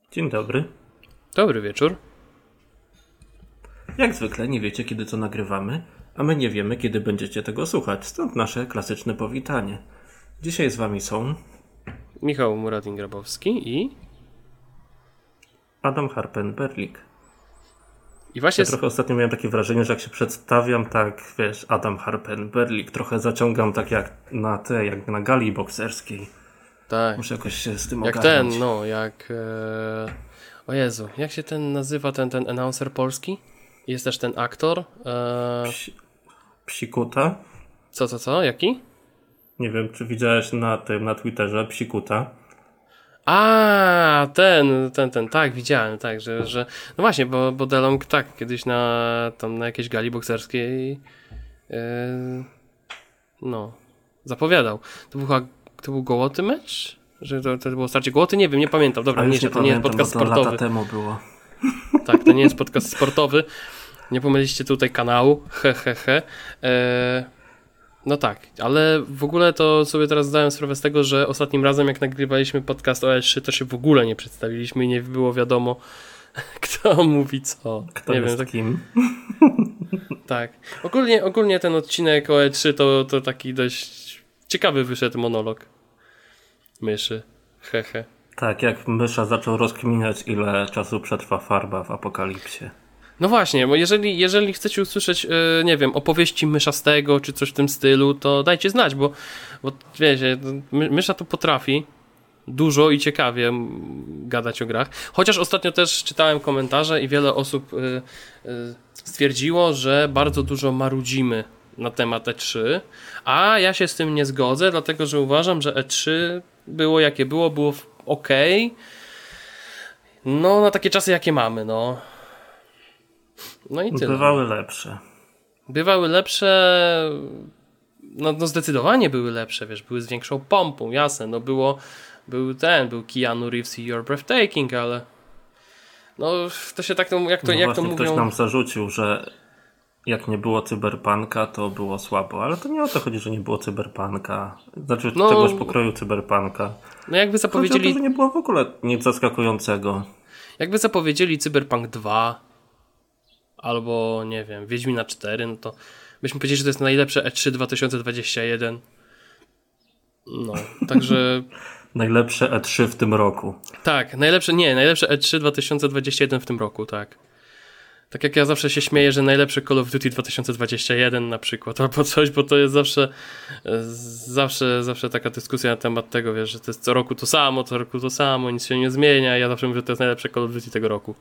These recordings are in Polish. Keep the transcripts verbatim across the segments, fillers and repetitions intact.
Dzień dobry. Dobry wieczór. Jak zwykle nie wiecie, kiedy co nagrywamy, a my nie wiemy, kiedy będziecie tego słuchać, stąd nasze klasyczne powitanie. Dzisiaj z wami są Michał Muradin-Grabowski i Adam Harpen-Berlik. I właśnie Ja trochę ostatnio miałem takie wrażenie, że jak się przedstawiam, tak wiesz, Adam Harpen-Berlik, trochę zaciągam tak jak na te, jak na gali bokserskiej. Tak. Muszę jakoś się z tym jak ogarnąć. ten, no, jak e... o Jezu, jak się ten nazywa, ten, ten announcer polski? Jest też ten aktor. E... Psi... Psikuta? Co, co, co? Jaki? Nie wiem, czy widziałeś na tym, na Twitterze Psikuta. A, ten, ten, ten, tak, widziałem, tak, że, że no właśnie, bo, bo DeLong tak, kiedyś na tam na jakiejś gali bokserskiej yy, no, zapowiadał. To był, to był gołoty mecz? Że to, to było starcie gołoty? Nie wiem, nie pamiętam. Dobra, nie, nie, to pamiętam, nie jest podcast bo to sportowy. lata temu było. Tak, to nie jest podcast sportowy. Nie pomyliliście tutaj kanału, he, he, he. Eee, no tak, ale w ogóle to sobie teraz zdałem sprawę z tego, że ostatnim razem jak nagrywaliśmy podcast o E trzy, to się w ogóle nie przedstawiliśmy i nie było wiadomo, kto mówi co. Kto nie jest wiem, tak, kim? tak. Ogólnie, ogólnie ten odcinek o E trzy to, to taki dość ciekawy wyszedł monolog myszy. Hehe. He. Tak, jak Mysza zaczął rozkminiać, ile czasu przetrwa farba w apokalipsie. No właśnie, bo jeżeli, jeżeli chcecie usłyszeć, yy, nie wiem, opowieści myszastego, czy coś w tym stylu, to dajcie znać, bo, bo wiecie, my, mysza to potrafi dużo i ciekawie gadać o grach. Chociaż ostatnio też czytałem komentarze i wiele osób yy, yy, stwierdziło, że bardzo dużo marudzimy na temat E trzy, a ja się z tym nie zgodzę, dlatego że uważam, że E trzy było jakie było, było okej. No, na takie czasy jakie mamy, no. No i tyle. Bywały lepsze. Bywały lepsze, no, no zdecydowanie były lepsze, wiesz, były z większą pompą, jasne, no było, był ten, był Keanu Reeves i You're Breathtaking, ale no to się tak, jak to, no jak to mówią... Ktoś nam zarzucił, że jak nie było cyberpunka, to było słabo, ale to nie o to chodzi, że nie było cyberpunka, znaczy no, czegoś pokroju cyberpunka. No jakby zapowiedzieli... Chodzi o to, że nie było w ogóle nic zaskakującego. Jakby zapowiedzieli Cyberpunk dwa albo, nie wiem, Wiedźmina cztery, no to byśmy powiedzieli, że to jest najlepsze E trzy dwa tysiące dwadzieścia jeden. No, także... Najlepsze E trzy w tym roku. Tak, najlepsze, nie, najlepsze E trzy dwa tysiące dwadzieścia jeden w tym roku, tak. Tak jak ja zawsze się śmieję, że najlepszy Call of Duty dwa tysiące dwadzieścia jeden na przykład, albo coś, bo to jest zawsze zawsze, zawsze taka dyskusja na temat tego, wiesz, że to jest co roku to samo, co roku to samo, nic się nie zmienia, ja zawsze mówię, że to jest najlepsze Call of Duty tego roku.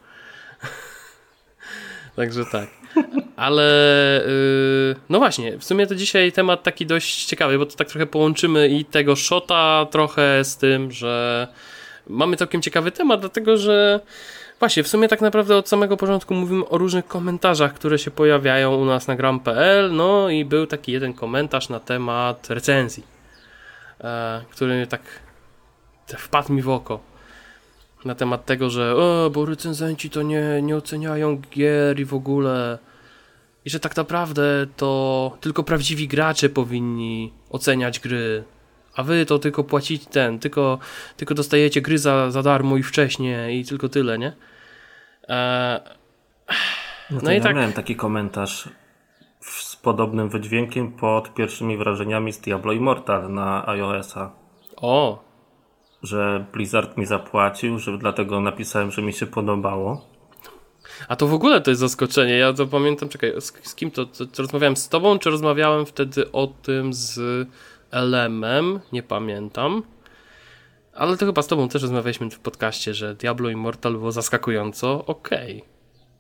Także tak. Ale yy, no właśnie, w sumie to dzisiaj temat taki dość ciekawy, bo to tak trochę połączymy i tego shota trochę z tym, że mamy całkiem ciekawy temat, dlatego że właśnie, w sumie tak naprawdę od samego początku mówimy o różnych komentarzach, które się pojawiają u nas na gram kropka pe el, no i był taki jeden komentarz na temat recenzji, e, który tak wpadł mi w oko. Na temat tego, że o, bo recenzenci to nie, nie oceniają gier i w ogóle. I że tak naprawdę to tylko prawdziwi gracze powinni oceniać gry. A wy to tylko płacicie ten, tylko, tylko dostajecie gry za, za darmo i wcześniej i tylko tyle, nie? Eee, no, no i ja tak. Miałem taki komentarz z podobnym wydźwiękiem pod pierwszymi wrażeniami z Diablo Immortal na iOS-a. O! Że Blizzard mi zapłacił, że dlatego napisałem, że mi się podobało. A to w ogóle to jest zaskoczenie. Ja to pamiętam, czekaj, z, z kim to, to, to rozmawiałem z tobą, czy rozmawiałem wtedy o tym z Elemem? Nie pamiętam. Ale to chyba z tobą też rozmawialiśmy w podcaście, że Diablo Immortal było zaskakująco okej. Okay.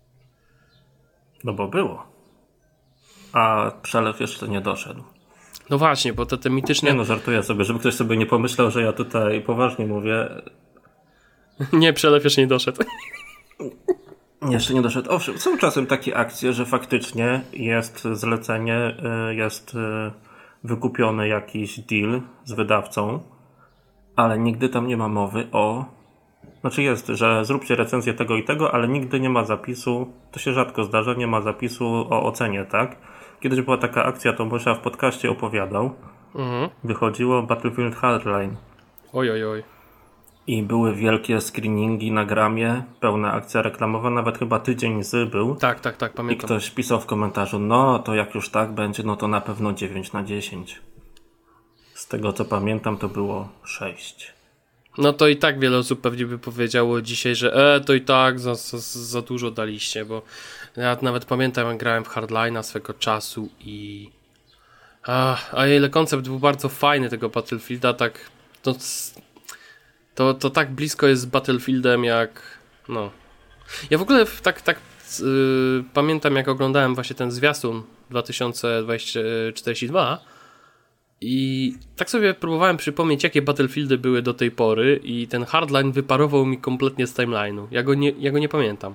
No bo było. A przelew jeszcze nie doszedł. No właśnie, bo to te mityczne... Nie no, żartuję sobie, żeby ktoś sobie nie pomyślał, że ja tutaj poważnie mówię. Nie, przelew jeszcze nie doszedł. Jeszcze nie doszedł. Owszem, są czasem takie akcje, że faktycznie jest zlecenie, jest wykupiony jakiś deal z wydawcą, ale nigdy tam nie ma mowy o... Znaczy jest, że zróbcie recenzję tego i tego, ale nigdy nie ma zapisu, to się rzadko zdarza, nie ma zapisu o ocenie, tak? Kiedyś była taka akcja, to Bosia w podcaście opowiadał. Mhm. Wychodziło Battlefield Hardline. Oj, oj, oj. I były wielkie screeningi na Gramie, pełna akcja reklamowa, nawet chyba tydzień z był. Tak, tak, tak, pamiętam. I ktoś pisał w komentarzu, no to jak już tak będzie, no to na pewno dziewięć na dziesięć. Z tego co pamiętam to było sześć. No to i tak wiele osób pewnie by powiedziało dzisiaj, że e, to i tak za, za, za dużo daliście, bo ja nawet pamiętam, jak grałem w Hardline'a swego czasu i a, a ile koncept był bardzo fajny tego Battlefielda, tak to, to, to tak blisko jest z Battlefieldem jak no. Ja w ogóle tak, tak yy, pamiętam, jak oglądałem właśnie ten zwiastun dwa tysiące czterdzieści dwa i tak sobie próbowałem przypomnieć, jakie Battlefieldy były do tej pory i ten Hardline wyparował mi kompletnie z timeline'u. Ja go nie, ja go nie pamiętam.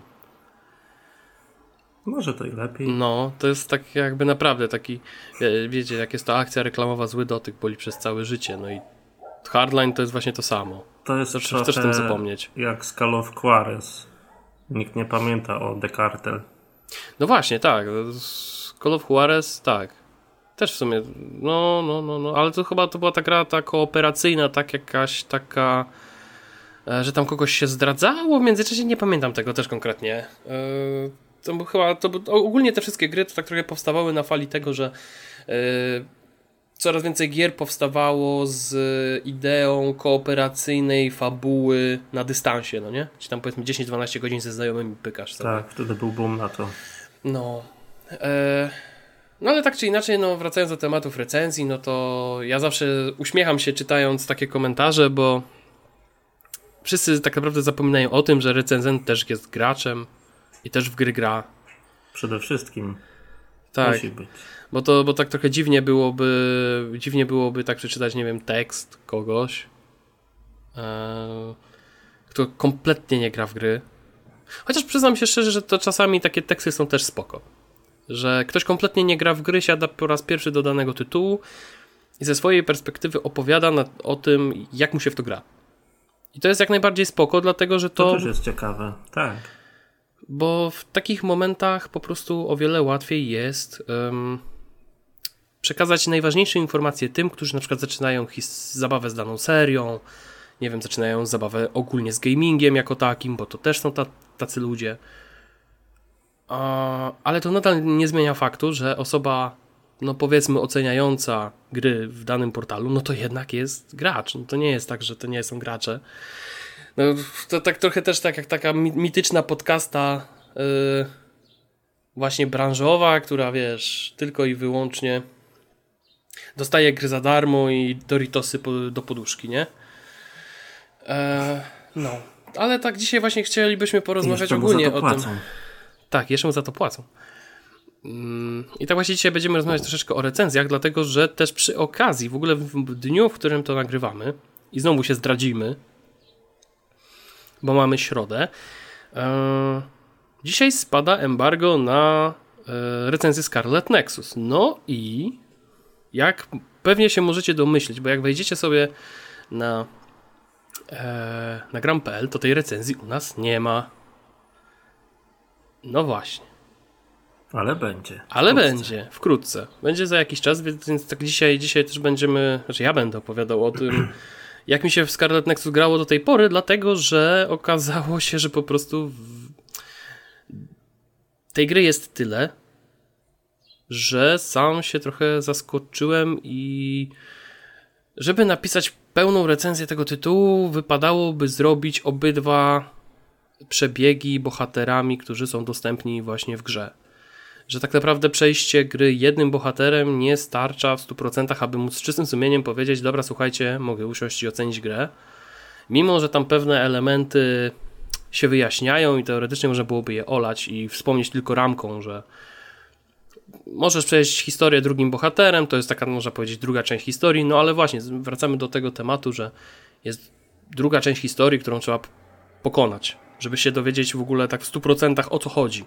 Może to i lepiej. No, to jest tak jakby naprawdę taki, wiecie, jak jest to akcja reklamowa zły dotyk, boli przez całe życie. No i Hardline to jest właśnie to samo. To jest to, trochę chcesz tym zapomnieć. Jak z Call of Juarez. Nikt nie pamięta o The Cartel. No właśnie, tak. Call of Juarez, tak. Też w sumie, no, no, no, no, ale to chyba to była ta gra ta kooperacyjna, tak jakaś taka, że tam kogoś się zdradzało w międzyczasie, nie pamiętam tego też konkretnie. Yy, to był chyba, to był, ogólnie te wszystkie gry to tak trochę powstawały na fali tego, że yy, coraz więcej gier powstawało z ideą kooperacyjnej fabuły na dystansie, no nie? Czy tam powiedzmy dziesięć dwanaście godzin ze znajomymi pykasz sobie. Tak, wtedy był boom na to. No, yy, No ale tak czy inaczej, no wracając do tematów recenzji, no to ja zawsze uśmiecham się czytając takie komentarze, bo wszyscy tak naprawdę zapominają o tym, że recenzent też jest graczem i też w gry gra. Przede wszystkim. Tak, musi być. Bo to bo tak trochę dziwnie byłoby dziwnie byłoby tak przeczytać, nie wiem, tekst kogoś, e, kto kompletnie nie gra w gry. Chociaż przyznam się szczerze, że to czasami takie teksty są też spoko. Że ktoś kompletnie nie gra w gry, siada po raz pierwszy do danego tytułu i ze swojej perspektywy opowiada na, o tym, jak mu się w to gra. I to jest jak najbardziej spoko, dlatego że to... To też jest ciekawe, tak. Bo w takich momentach po prostu o wiele łatwiej jest um, przekazać najważniejsze informacje tym, którzy na przykład zaczynają his- zabawę z daną serią, nie wiem, zaczynają zabawę ogólnie z gamingiem jako takim, bo to też są ta, tacy ludzie. Ale to nadal nie zmienia faktu, że osoba, no powiedzmy oceniająca gry w danym portalu, no to jednak jest gracz. No to nie jest tak, że to nie są gracze. No to tak trochę też tak jak taka mityczna podcasta yy, właśnie branżowa, która wiesz, tylko i wyłącznie dostaje gry za darmo i Doritosy po, do poduszki, nie? Eee, no, ale tak dzisiaj właśnie chcielibyśmy porozmawiać ogólnie o tym. Tak, jeszcze mu za to płacą. I tak właśnie dzisiaj będziemy rozmawiać troszeczkę o recenzjach, dlatego że też przy okazji, w ogóle w dniu, w którym to nagrywamy, i znowu się zdradzimy, bo mamy środę, e, dzisiaj spada embargo na e, recenzję Scarlet Nexus. No i jak pewnie się możecie domyślić, bo jak wejdziecie sobie na, e, na gram kropka p l, to tej recenzji u nas nie ma. No właśnie. Ale będzie. Ale wkrótce. będzie, wkrótce. Będzie za jakiś czas, więc tak dzisiaj, dzisiaj też będziemy, znaczy ja będę opowiadał o tym, jak mi się w Scarlet Nexus grało do tej pory, dlatego, że okazało się, że po prostu w... tej gry jest tyle, że sam się trochę zaskoczyłem i żeby napisać pełną recenzję tego tytułu, wypadałoby zrobić obydwa przebiegi bohaterami, którzy są dostępni właśnie w grze. Że tak naprawdę przejście gry jednym bohaterem nie starcza w stu procentach, aby móc z czystym sumieniem powiedzieć, dobra, słuchajcie, mogę usiąść i ocenić grę. Mimo, że tam pewne elementy się wyjaśniają i teoretycznie można byłoby je olać i wspomnieć tylko ramką, że możesz przejść historię drugim bohaterem, to jest taka, można powiedzieć, druga część historii, no ale właśnie, wracamy do tego tematu, że jest druga część historii, którą trzeba pokonać, żeby się dowiedzieć w ogóle tak w stu procentach o co chodzi.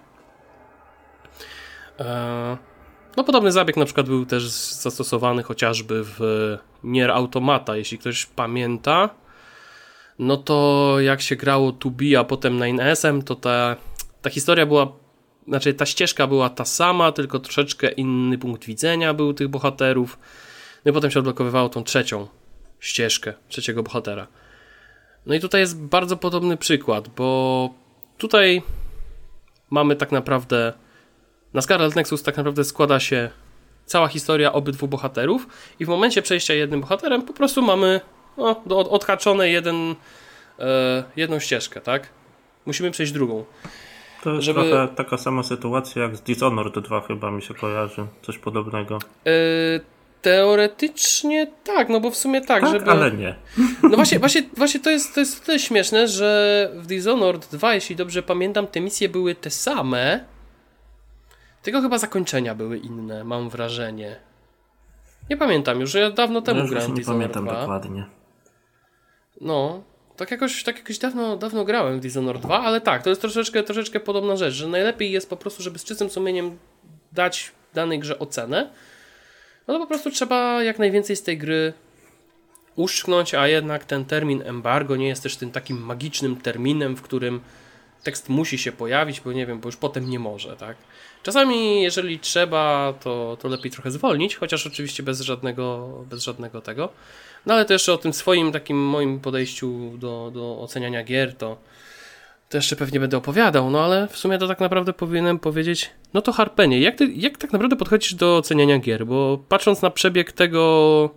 No podobny zabieg na przykład był też zastosowany chociażby w Nier Automata, jeśli ktoś pamięta, no to jak się grało two B, a potem nine S em, to ta, ta historia była, znaczy ta ścieżka była ta sama, tylko troszeczkę inny punkt widzenia był tych bohaterów, no i potem się odblokowywało tą trzecią ścieżkę, trzeciego bohatera. No i tutaj jest bardzo podobny przykład, bo tutaj mamy tak naprawdę, na Scarlet Nexus tak naprawdę składa się cała historia obydwu bohaterów i w momencie przejścia jednym bohaterem po prostu mamy no, od, odhaczone jeden, e, jedną ścieżkę, tak? Musimy przejść drugą. To jest żeby... trochę taka sama sytuacja jak z Dishonored dwa chyba mi się kojarzy, coś podobnego. E, teoretycznie tak, no bo w sumie tak, tak żeby... ale nie. No właśnie, właśnie, właśnie to jest to jest tyle śmieszne, że w Dishonored dwa, jeśli dobrze pamiętam, te misje były te same, tylko chyba zakończenia były inne, mam wrażenie. Nie pamiętam już, że ja dawno temu ja grałem w nie Dishonored pamiętam dwa. dokładnie. No, tak jakoś, tak jakoś dawno, dawno grałem w Dishonored dwa, ale tak, to jest troszeczkę, troszeczkę podobna rzecz, że najlepiej jest po prostu, żeby z czystym sumieniem dać danej grze ocenę, no to po prostu trzeba jak najwięcej z tej gry uszczknąć, a jednak ten termin embargo nie jest też tym takim magicznym terminem, w którym tekst musi się pojawić, bo nie wiem, bo już potem nie może, tak? Czasami, jeżeli trzeba, to, to lepiej trochę zwolnić, chociaż oczywiście bez żadnego, bez żadnego tego. No ale to jeszcze o tym swoim takim moim podejściu do, do oceniania gier, to, to jeszcze pewnie będę opowiadał, no ale w sumie to tak naprawdę powinienem powiedzieć, no to Harpenie, jak, ty, jak tak naprawdę podchodzisz do oceniania gier? Bo patrząc na przebieg tego,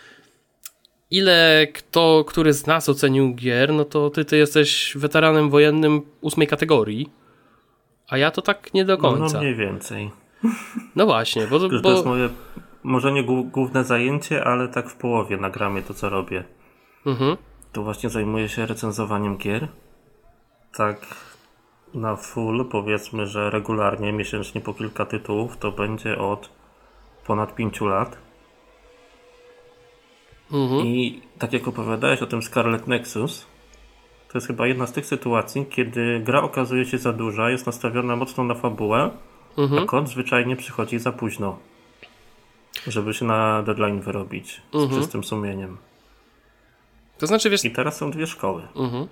ile kto, który z nas ocenił gier, no to ty, ty jesteś weteranem wojennym ósmej kategorii, a ja to tak nie do końca. No, no mniej więcej. No właśnie, bo... To bo... jest moje, może nie główne zajęcie, ale tak w połowie nagramy to, co robię. Mhm. To właśnie zajmuję się recenzowaniem gier. Tak na full, powiedzmy, że regularnie, miesięcznie po kilka tytułów, to będzie od ponad pięciu lat. Mhm. I tak jak opowiadałeś o tym Scarlet Nexus, to jest chyba jedna z tych sytuacji, kiedy gra okazuje się za duża, jest nastawiona mocno na fabułę, Mhm. a kod zwyczajnie przychodzi za późno, żeby się na deadline wyrobić z Mhm. czystym sumieniem. To znaczy, wiesz... I teraz są dwie szkoły. Mhm.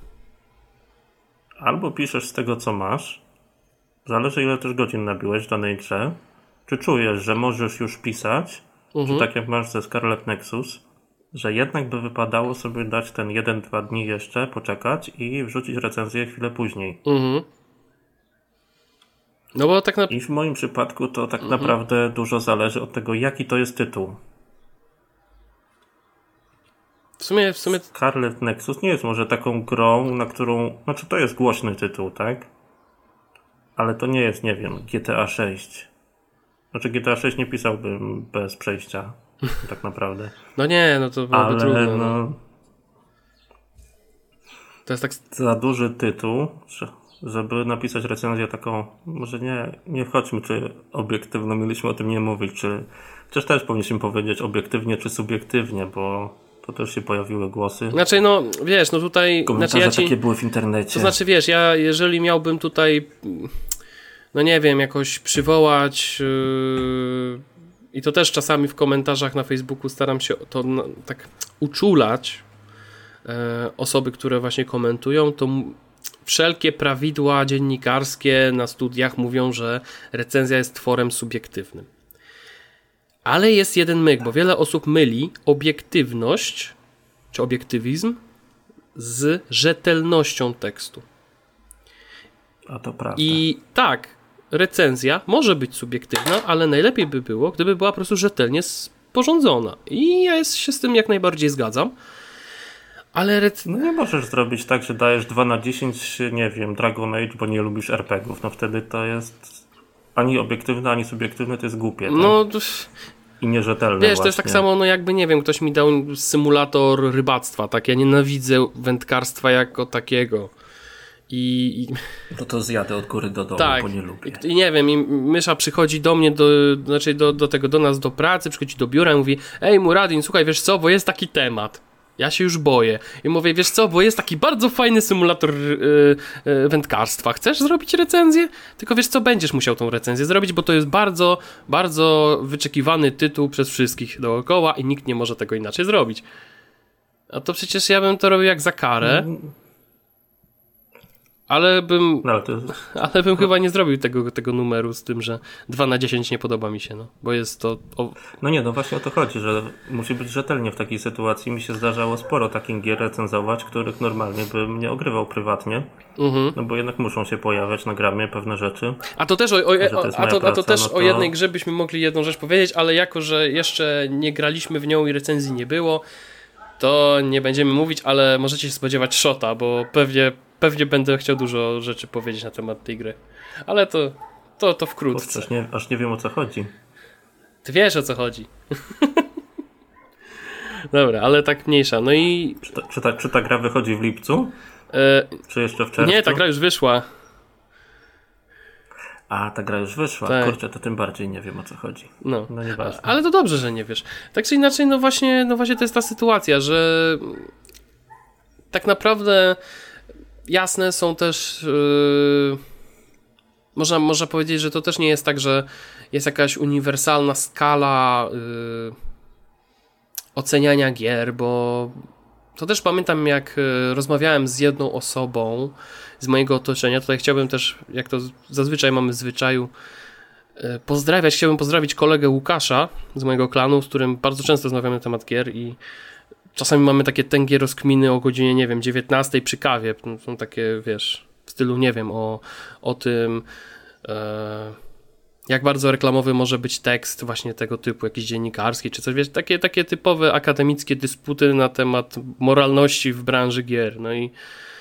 Albo piszesz z tego, co masz, zależy ile też godzin nabiłeś w danej grze, czy czujesz, że możesz już pisać, Mhm. czy tak jak masz ze Scarlet Nexus, że jednak by wypadało sobie dać ten jeden, dwa dni jeszcze, poczekać i wrzucić recenzję chwilę później. Mhm. No bo tak na... I w moim przypadku to tak Mhm. naprawdę dużo zależy od tego, jaki to jest tytuł. W sumie, w sumie... Scarlet Nexus nie jest może taką grą, na którą... Znaczy to jest głośny tytuł, tak? Ale to nie jest, nie wiem, G T A sześć. Znaczy G T A sześć nie pisałbym bez przejścia, tak naprawdę. No nie, no to byłoby Ale trudno. No. no... To jest tak... Za duży tytuł, żeby napisać recenzję taką, może nie, nie wchodźmy, czy obiektywno, mieliśmy o tym nie mówić, czy chociaż też powinniśmy powiedzieć obiektywnie, czy subiektywnie, bo to też się pojawiły głosy. Znaczy, no wiesz, no tutaj... Komentarze znaczy, ja ci... takie były w internecie. To znaczy, wiesz, ja jeżeli miałbym tutaj, no nie wiem, jakoś przywołać yy, i to też czasami w komentarzach na Facebooku staram się to no, tak uczulać yy, osoby, które właśnie komentują, to m- wszelkie prawidła dziennikarskie na studiach mówią, że recenzja jest tworem subiektywnym. Ale jest jeden myk, bo wiele osób myli obiektywność czy obiektywizm z rzetelnością tekstu. A to prawda. I tak, recenzja może być subiektywna, ale najlepiej by było, gdyby była po prostu rzetelnie sporządzona. I ja jest, się z tym jak najbardziej zgadzam. Ale rec... No nie możesz zrobić tak, że dajesz dwa na dziesięć, nie wiem, Dragon Age, bo nie lubisz er pe gie ów. No wtedy to jest ani obiektywne, ani subiektywne, to jest głupie. Tak? No... To... I nierzetelne Wiesz, właśnie. to jest tak samo, no jakby, nie wiem, ktoś mi dał symulator rybactwa, tak? Ja nienawidzę wędkarstwa jako takiego. I... i... To to zjadę od góry do dołu, tak. bo nie lubię. I, I nie wiem, i Mysza przychodzi do mnie, do, znaczy do, do tego, do nas do pracy, przychodzi do biura i mówi: ej Muradin, słuchaj, wiesz co, bo jest taki temat. Ja się już boję. I mówię: wiesz co, bo jest taki bardzo fajny symulator yy, yy, wędkarstwa. Chcesz zrobić recenzję? Tylko wiesz co, będziesz musiał tą recenzję zrobić, bo to jest bardzo, bardzo wyczekiwany tytuł przez wszystkich dookoła i nikt nie może tego inaczej zrobić. A to przecież ja bym to robił jak za karę. Ale bym, No, ale to jest... ale bym chyba nie zrobił tego, tego numeru z tym, że dwa na dziesięć nie podoba mi się, no. Bo jest to... O... No nie, no właśnie o to chodzi, że musi być rzetelnie w takiej sytuacji. Mi się zdarzało sporo takich gier recenzować, których normalnie bym nie ogrywał prywatnie. Mhm. No bo jednak muszą się pojawiać na gramie pewne rzeczy. A to też, o, o, o, a to, a to też no to... o jednej grze byśmy mogli jedną rzecz powiedzieć, ale jako, że jeszcze nie graliśmy w nią i recenzji nie było, to nie będziemy mówić, ale możecie się spodziewać shota, bo pewnie Pewnie będę chciał dużo rzeczy powiedzieć na temat tej gry. Ale to, to, to wkrótce. Aż nie, aż nie wiem, o co chodzi. Ty wiesz, o co chodzi. Dobra, ale tak mniejsza. No i... Czy ta, czy ta, czy ta gra wychodzi w lipcu? E... Czy jeszcze w czerwcu? Nie, ta gra już wyszła. A, ta gra już wyszła. Tak. Kurczę, to tym bardziej nie wiem, o co chodzi. No, no nieważne. Ale to dobrze, że nie wiesz. Tak czy inaczej, no właśnie, no właśnie to jest ta sytuacja, że tak naprawdę jasne są też yy... można, można powiedzieć, że to też nie jest tak, że jest jakaś uniwersalna skala yy... oceniania gier, bo to też pamiętam, jak rozmawiałem z jedną osobą z mojego otoczenia. Tutaj chciałbym też, jak to zazwyczaj mamy w zwyczaju, pozdrawiać, chciałbym pozdrowić kolegę Łukasza z mojego klanu, z którym bardzo często rozmawiamy na temat gier i czasami mamy takie tęgie rozkminy o godzinie, nie wiem, dziewiętnastej przy kawie. Są takie, wiesz, w stylu, nie wiem, o, o tym e, jak bardzo reklamowy może być tekst właśnie tego typu, jakiś dziennikarski czy coś, wiesz, takie, takie typowe akademickie dysputy na temat moralności w branży gier. No i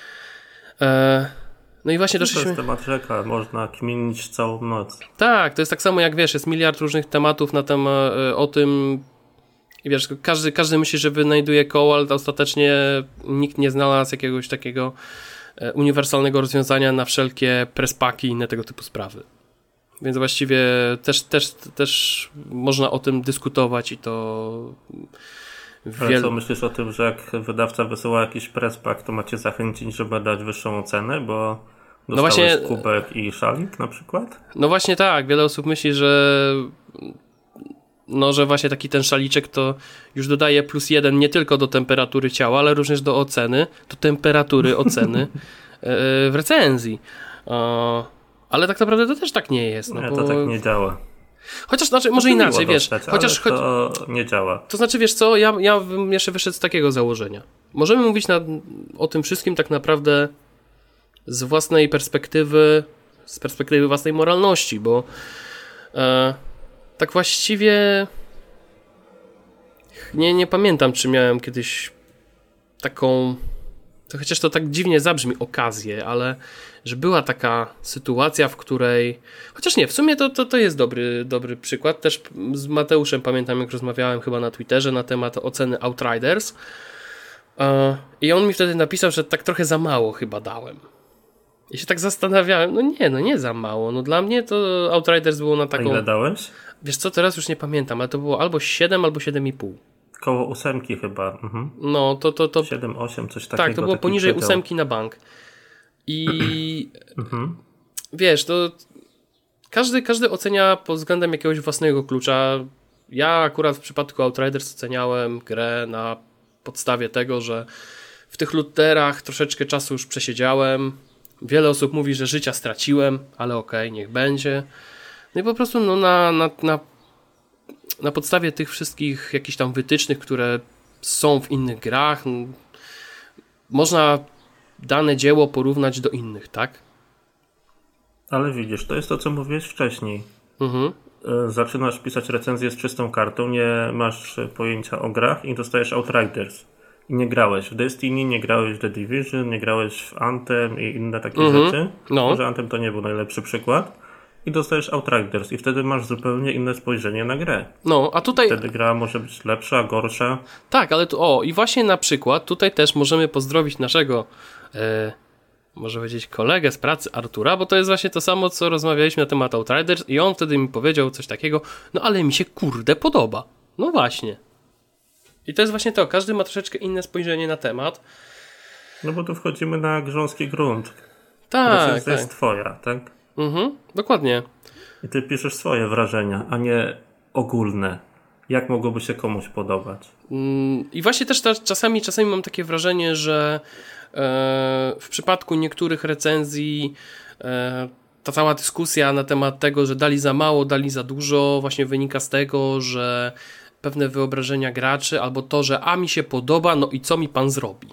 e, no i właśnie doszliśmy... To jest temat rzeka, można kminić całą noc. Tak, to jest tak samo jak, wiesz, jest miliard różnych tematów na temat o tym, i wiesz, każdy, każdy myśli, że wynajduje koło, ale ostatecznie nikt nie znalazł jakiegoś takiego uniwersalnego rozwiązania na wszelkie prespaki i inne tego typu sprawy. Więc właściwie też, też, też można o tym dyskutować i to... Wiel... Ale co myślisz o tym, że jak wydawca wysyła jakiś presspack, to macie zachęcić, żeby dać wyższą ocenę, bo dostałeś no właśnie, kubek i szalik na przykład? No właśnie tak, wiele osób myśli, że no, że właśnie taki ten szaliczek to już dodaje plus jeden nie tylko do temperatury ciała, ale również do oceny, do temperatury oceny w recenzji. Ale tak naprawdę to też tak nie jest. No nie, bo... to tak nie działa. Chociaż, znaczy, może to inaczej, wiesz, dostać, chociaż to cho... nie działa. To znaczy, wiesz co, ja, ja bym jeszcze wyszedł z takiego założenia. Możemy mówić na, o tym wszystkim tak naprawdę z własnej perspektywy, z perspektywy własnej moralności, bo e, tak właściwie nie, nie pamiętam, czy miałem kiedyś taką, to chociaż to tak dziwnie zabrzmi, okazję, ale że była taka sytuacja, w której, chociaż nie, w sumie to, to, to jest dobry, dobry przykład. Też z Mateuszem pamiętam, jak rozmawiałem chyba na Twitterze na temat oceny Outriders i on mi wtedy napisał, że tak trochę za mało chyba dałem. I się tak zastanawiałem, no nie, no nie za mało. No dla mnie to Outriders było na taką... A ile dałeś? Wiesz co, teraz już nie pamiętam, ale to było albo siedem, albo siedem i pół. Koło ósemki chyba. Mhm. No to... to, to... siedem, osiem, coś takiego. Tak, to było poniżej przedział. ósemki na bank. I mhm. wiesz, to każdy, każdy ocenia pod względem jakiegoś własnego klucza. Ja akurat w przypadku Outriders oceniałem grę na podstawie tego, że w tych looterach troszeczkę czasu już przesiedziałem. Wiele osób mówi, że życia straciłem, ale okej, okay, niech będzie. No i po prostu no, na, na, na, na podstawie tych wszystkich jakichś tam wytycznych, które są w innych grach, no, można dane dzieło porównać do innych, tak? Ale widzisz, to jest to, co mówiłeś wcześniej. Mhm. Zaczynasz pisać recenzję z czystą kartą, nie masz pojęcia o grach i dostajesz Outriders. I nie grałeś w Destiny, nie grałeś w The Division, nie grałeś w Anthem i inne takie mhm. rzeczy. No. Może Anthem to nie był najlepszy przykład. I dostajesz Outriders i wtedy masz zupełnie inne spojrzenie na grę. No, a tutaj... Wtedy gra może być lepsza, gorsza. Tak, ale tu, o, i właśnie na przykład tutaj też możemy pozdrowić naszego e, może powiedzieć kolegę z pracy Artura, bo to jest właśnie to samo, co rozmawialiśmy na temat Outriders i on wtedy mi powiedział coś takiego, no ale mi się kurde podoba. No właśnie. I to jest właśnie to, każdy ma troszeczkę inne spojrzenie na temat. No bo tu wchodzimy na grząski grunt. Tak, to jest tak. twoja, tak? Mhm, dokładnie. I ty piszesz swoje wrażenia, a nie ogólne. jak mogłoby się komuś podobać. I właśnie też ta, czasami, czasami mam takie wrażenie, że e, w przypadku niektórych recenzji e, ta cała dyskusja na temat tego, że dali za mało, dali za dużo, właśnie wynika z tego, że pewne wyobrażenia graczy, albo to, że a mi się podoba, no i co mi pan zrobi?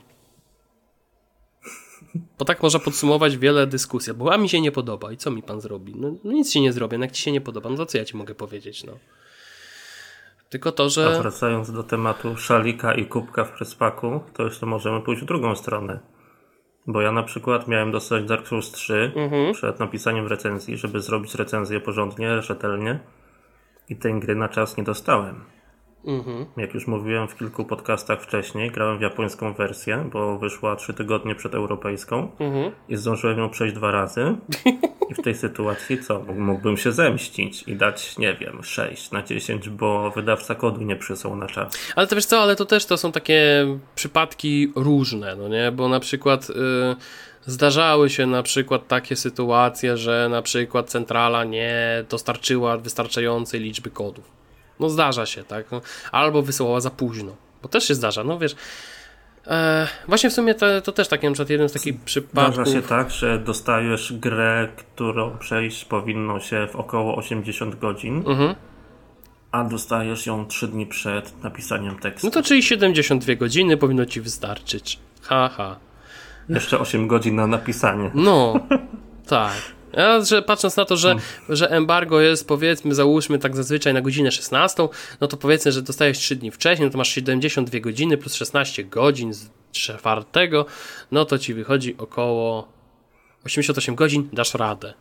Bo tak można podsumować wiele dyskusji, bo a mi się nie podoba i co mi pan zrobi? No, no nic ci nie zrobię, no jak ci się nie podoba, no to co ja ci mogę powiedzieć, no. Tylko to, że... A wracając do tematu szalika i kubka w prespaku, to jeszcze możemy pójść w drugą stronę. Bo ja na przykład miałem dostać Dark Souls trzy mhm. przed napisaniem recenzji, żeby zrobić recenzję porządnie, rzetelnie. I tej gry na czas nie dostałem. Mhm. Jak już mówiłem w kilku podcastach wcześniej, grałem w japońską wersję, bo wyszła trzy tygodnie przed europejską mhm. i zdążyłem ją przejść dwa razy. I w tej sytuacji co? Mógłbym się zemścić i dać, nie wiem, sześć na dziesięć, bo wydawca kodu nie przysłał na czas. Ale to wiesz co, ale to też to są takie przypadki różne, no nie? Bo na przykład yy, zdarzały się na przykład takie sytuacje, że na przykład centrala nie dostarczyła wystarczającej liczby kodów. No zdarza się, tak? Albo wysyłała za późno, bo też się zdarza, no wiesz. E, właśnie w sumie to, to też taki, na przykład jeden z takich przypadków. Zdarza się tak, że dostajesz grę, którą przejść powinno się w około osiemdziesiąt godzin, mhm. a dostajesz ją trzy dni przed napisaniem tekstu. No to czyli siedemdziesiąt dwie godziny powinno ci wystarczyć. Ha, ha. Jeszcze osiem godzin na napisanie. No, tak. Ja, że patrząc na to, że, hmm. że embargo jest, powiedzmy, załóżmy tak zazwyczaj na godzinę szesnastą, no to powiedzmy, że dostajesz trzy dni wcześniej, no to masz siedemdziesiąt dwie godziny plus szesnaście godzin z czwartego, no to ci wychodzi około osiemdziesiąt osiem godzin, dasz radę.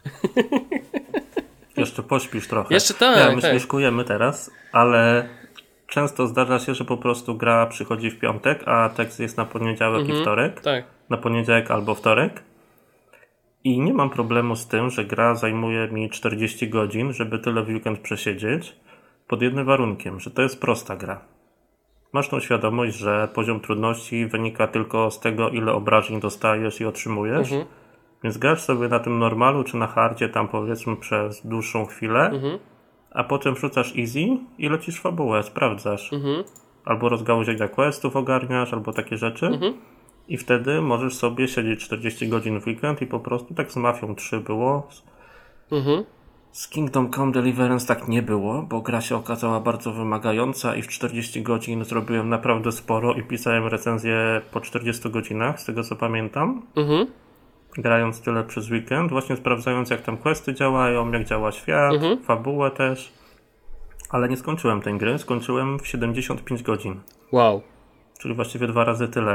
Jeszcze pośpisz trochę. Jeszcze tak. Ja, my tak. śmieszkujemy teraz, ale często zdarza się, że po prostu gra przychodzi w piątek, a tekst jest na poniedziałek mhm. i wtorek. Tak. Na poniedziałek albo wtorek. I nie mam problemu z tym, że gra zajmuje mi czterdzieści godzin, żeby tyle w weekend przesiedzieć, pod jednym warunkiem, że to jest prosta gra. Masz tą świadomość, że poziom trudności wynika tylko z tego, ile obrażeń dostajesz i otrzymujesz, mhm. więc grasz sobie na tym normalu czy na hardzie tam powiedzmy przez dłuższą chwilę, mhm. a potem wrzucasz easy i lecisz fabułę, sprawdzasz. Mhm. Albo rozgałęzienia questów ogarniasz, albo takie rzeczy. Mhm. I wtedy możesz sobie siedzieć czterdzieści godzin w weekend i po prostu tak z Mafią trzy było. Mhm. Z Kingdom Come Deliverance tak nie było, bo gra się okazała bardzo wymagająca i w czterdzieści godzin zrobiłem naprawdę sporo i pisałem recenzję po czterdziestu godzinach, z tego co pamiętam. Mhm. Grając tyle przez weekend, właśnie sprawdzając jak tam questy działają, jak działa świat, mhm. fabułę też. Ale nie skończyłem tej gry, skończyłem w siedemdziesiąt pięć godzin. Wow. Czyli właściwie dwa razy tyle.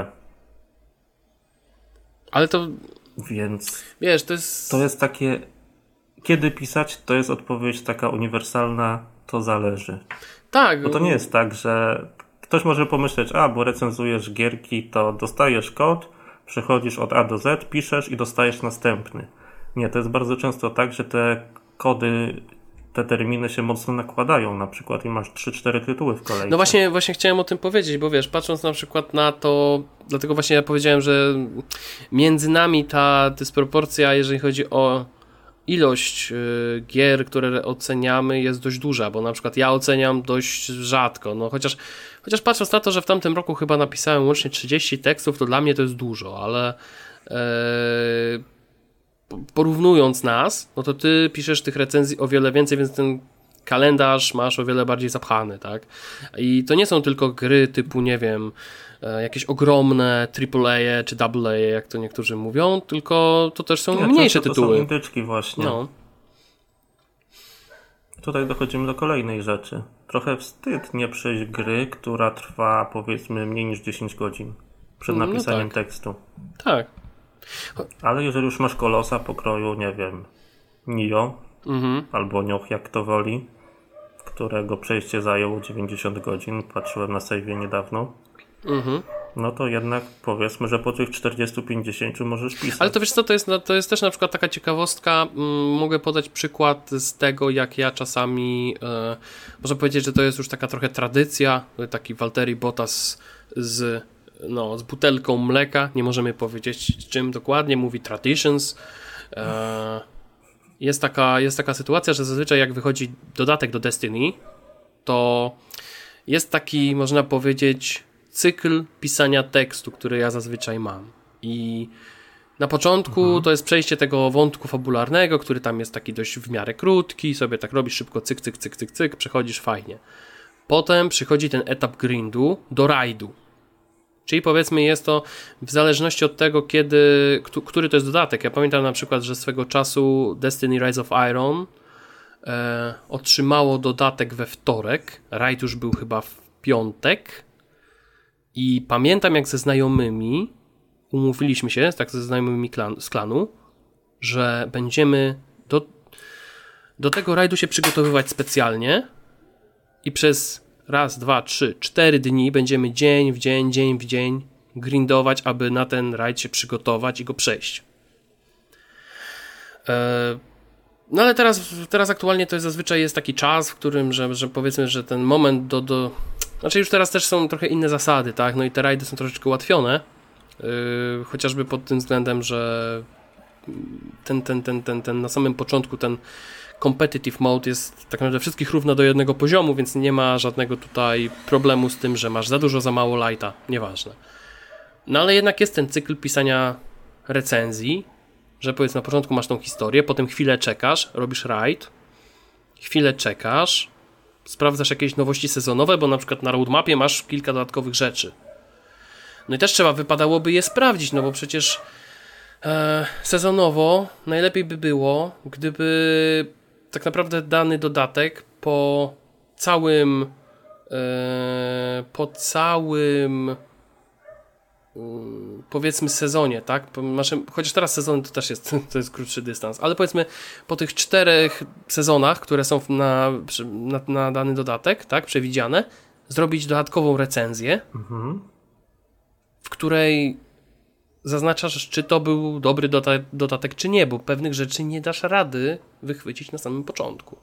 Ale to... Więc... Wiesz, to jest... To jest takie... Kiedy pisać, to jest odpowiedź taka uniwersalna, to zależy. Tak. Bo to nie jest tak, że ktoś może pomyśleć, a, bo recenzujesz gierki, to dostajesz kod, przechodzisz od A do Z, piszesz i dostajesz następny. Nie, to jest bardzo często tak, że te kody... te terminy się mocno nakładają na przykład i masz trzy cztery tytuły w kolejce. No właśnie, właśnie chciałem o tym powiedzieć, bo wiesz, patrząc na przykład na to, dlatego właśnie ja powiedziałem, że między nami ta dysproporcja, jeżeli chodzi o ilość y, gier, które oceniamy, jest dość duża, bo na przykład ja oceniam dość rzadko, no chociaż, chociaż patrząc na to, że w tamtym roku chyba napisałem łącznie trzydzieści tekstów, to dla mnie to jest dużo, ale yy, porównując nas, no to ty piszesz tych recenzji o wiele więcej, więc ten kalendarz masz o wiele bardziej zapchany, tak? I to nie są tylko gry typu, nie wiem, jakieś ogromne triple A czy double A, jak to niektórzy mówią, tylko to też są nie, mniejsze to tytuły. To są indyczki właśnie. No. Tutaj dochodzimy do kolejnej rzeczy. Trochę wstyd nie przejść gry, która trwa powiedzmy mniej niż dziesięć godzin przed napisaniem no tak. tekstu. Tak. Ale jeżeli już masz kolosa pokroju, nie wiem, Nio mhm. albo Nioh, jak to woli, którego przejście zajęło dziewięćdziesiąt godzin, patrzyłem na save'ie niedawno, mhm. no to jednak powiedzmy, że po tych czterdziestu pięćdziesięciu możesz pisać. Ale to wiesz co, to jest, to jest też na przykład taka ciekawostka, mm, mogę podać przykład z tego, jak ja czasami, e, można powiedzieć, że to jest już taka trochę tradycja, taki Valtteri Bottas z no, z butelką mleka, nie możemy powiedzieć z czym dokładnie, mówi traditions. E, jest, taka, jest taka sytuacja, że zazwyczaj jak wychodzi dodatek do Destiny, to jest taki, można powiedzieć, cykl pisania tekstu, który ja zazwyczaj mam. I na początku mhm. to jest przejście tego wątku fabularnego, który tam jest taki dość w miarę krótki, sobie tak robisz szybko cyk, cyk, cyk, cyk, cyk, przechodzisz fajnie. Potem przychodzi ten etap grindu do rajdu. Czyli powiedzmy jest to w zależności od tego, kiedy, który to jest dodatek. Ja pamiętam na przykład, że swego czasu Destiny Rise of Iron e, otrzymało dodatek we wtorek, rajd już był chyba w piątek i pamiętam jak ze znajomymi umówiliśmy się, tak ze znajomymi klan, z klanu, że będziemy do, do tego rajdu się przygotowywać specjalnie i przez raz, dwa, trzy, cztery dni będziemy dzień w dzień, dzień w dzień grindować, aby na ten rajd się przygotować i go przejść. E, no ale teraz, teraz aktualnie to jest zazwyczaj jest taki czas, w którym, że, że powiedzmy, że ten moment do, do... Znaczy już teraz też są trochę inne zasady, tak? No i te rajdy są troszeczkę ułatwione, yy, chociażby pod tym względem, że ten, ten, ten, ten, ten na samym początku ten competitive mode jest tak naprawdę wszystkich równo do jednego poziomu, więc nie ma żadnego tutaj problemu z tym, że masz za dużo, za mało lighta, nieważne. No ale jednak jest ten cykl pisania recenzji, że powiedzmy na początku masz tą historię, potem chwilę czekasz, robisz raid, chwilę czekasz, sprawdzasz jakieś nowości sezonowe, bo na przykład na roadmapie masz kilka dodatkowych rzeczy. No i też trzeba, wypadałoby je sprawdzić, no bo przecież e, sezonowo najlepiej by było, gdyby tak naprawdę dany dodatek po całym e, po całym powiedzmy sezonie, tak? Chociaż teraz sezon to też jest, to jest krótszy dystans, ale powiedzmy po tych czterech sezonach, które są na, na, na dany dodatek, tak? Przewidziane, zrobić dodatkową recenzję, mhm. w której zaznaczasz, czy to był dobry dodatek, dodatek, czy nie, bo pewnych rzeczy nie dasz rady wychwycić na samym początku.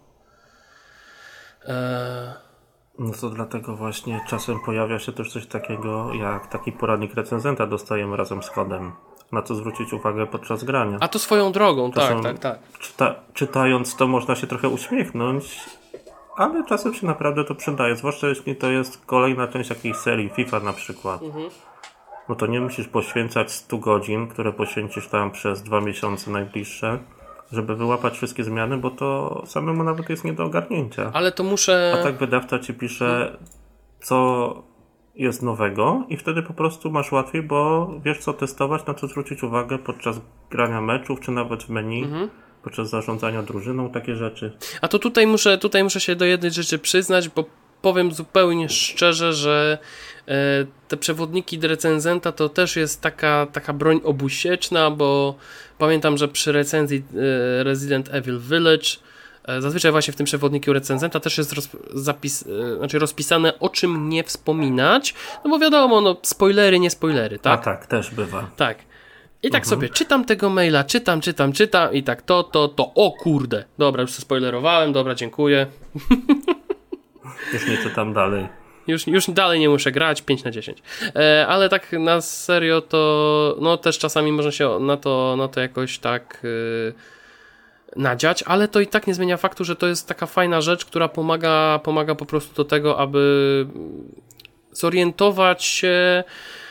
Eee... No to dlatego właśnie czasem pojawia się też coś takiego, jak taki poradnik recenzenta dostajemy razem z kodem. Na co zwrócić uwagę podczas grania. A to swoją drogą, czasem, tak, tak, tak. Czyta, czytając to można się trochę uśmiechnąć, ale czasem się naprawdę to przydaje, zwłaszcza jeśli to jest kolejna część jakiejś serii, FIFA na przykład. Mhm. No to nie musisz poświęcać stu godzin, które poświęcisz tam przez dwa miesiące najbliższe, żeby wyłapać wszystkie zmiany, bo to samemu nawet jest nie do ogarnięcia. Ale to muszę... A tak wydawca ci pisze, co jest nowego i wtedy po prostu masz łatwiej, bo wiesz co testować, na co zwrócić uwagę podczas grania meczów, czy nawet w menu, mhm. podczas zarządzania drużyną, takie rzeczy. A to tutaj muszę, tutaj muszę się do jednej rzeczy przyznać, bo powiem zupełnie szczerze, że e, te przewodniki do recenzenta to też jest taka, taka broń obusieczna, bo pamiętam, że przy recenzji e, Resident Evil Village e, zazwyczaj właśnie w tym przewodniku recenzenta też jest roz, zapis, e, znaczy rozpisane, o czym nie wspominać, no bo wiadomo, no spoilery, nie spoilery, tak? A tak, też bywa. Tak. I tak mhm. sobie czytam tego maila, czytam, czytam, czytam i tak to, to, to, o kurde, dobra, już spoilerowałem, dobra, dziękuję. Już nie czytam dalej. Już, już dalej nie muszę grać, pięć na dziesięć. E, ale tak na serio to no też czasami można się na to, na to jakoś tak yy, nadziać, ale to i tak nie zmienia faktu, że to jest taka fajna rzecz, która pomaga, pomaga po prostu do tego, aby zorientować się,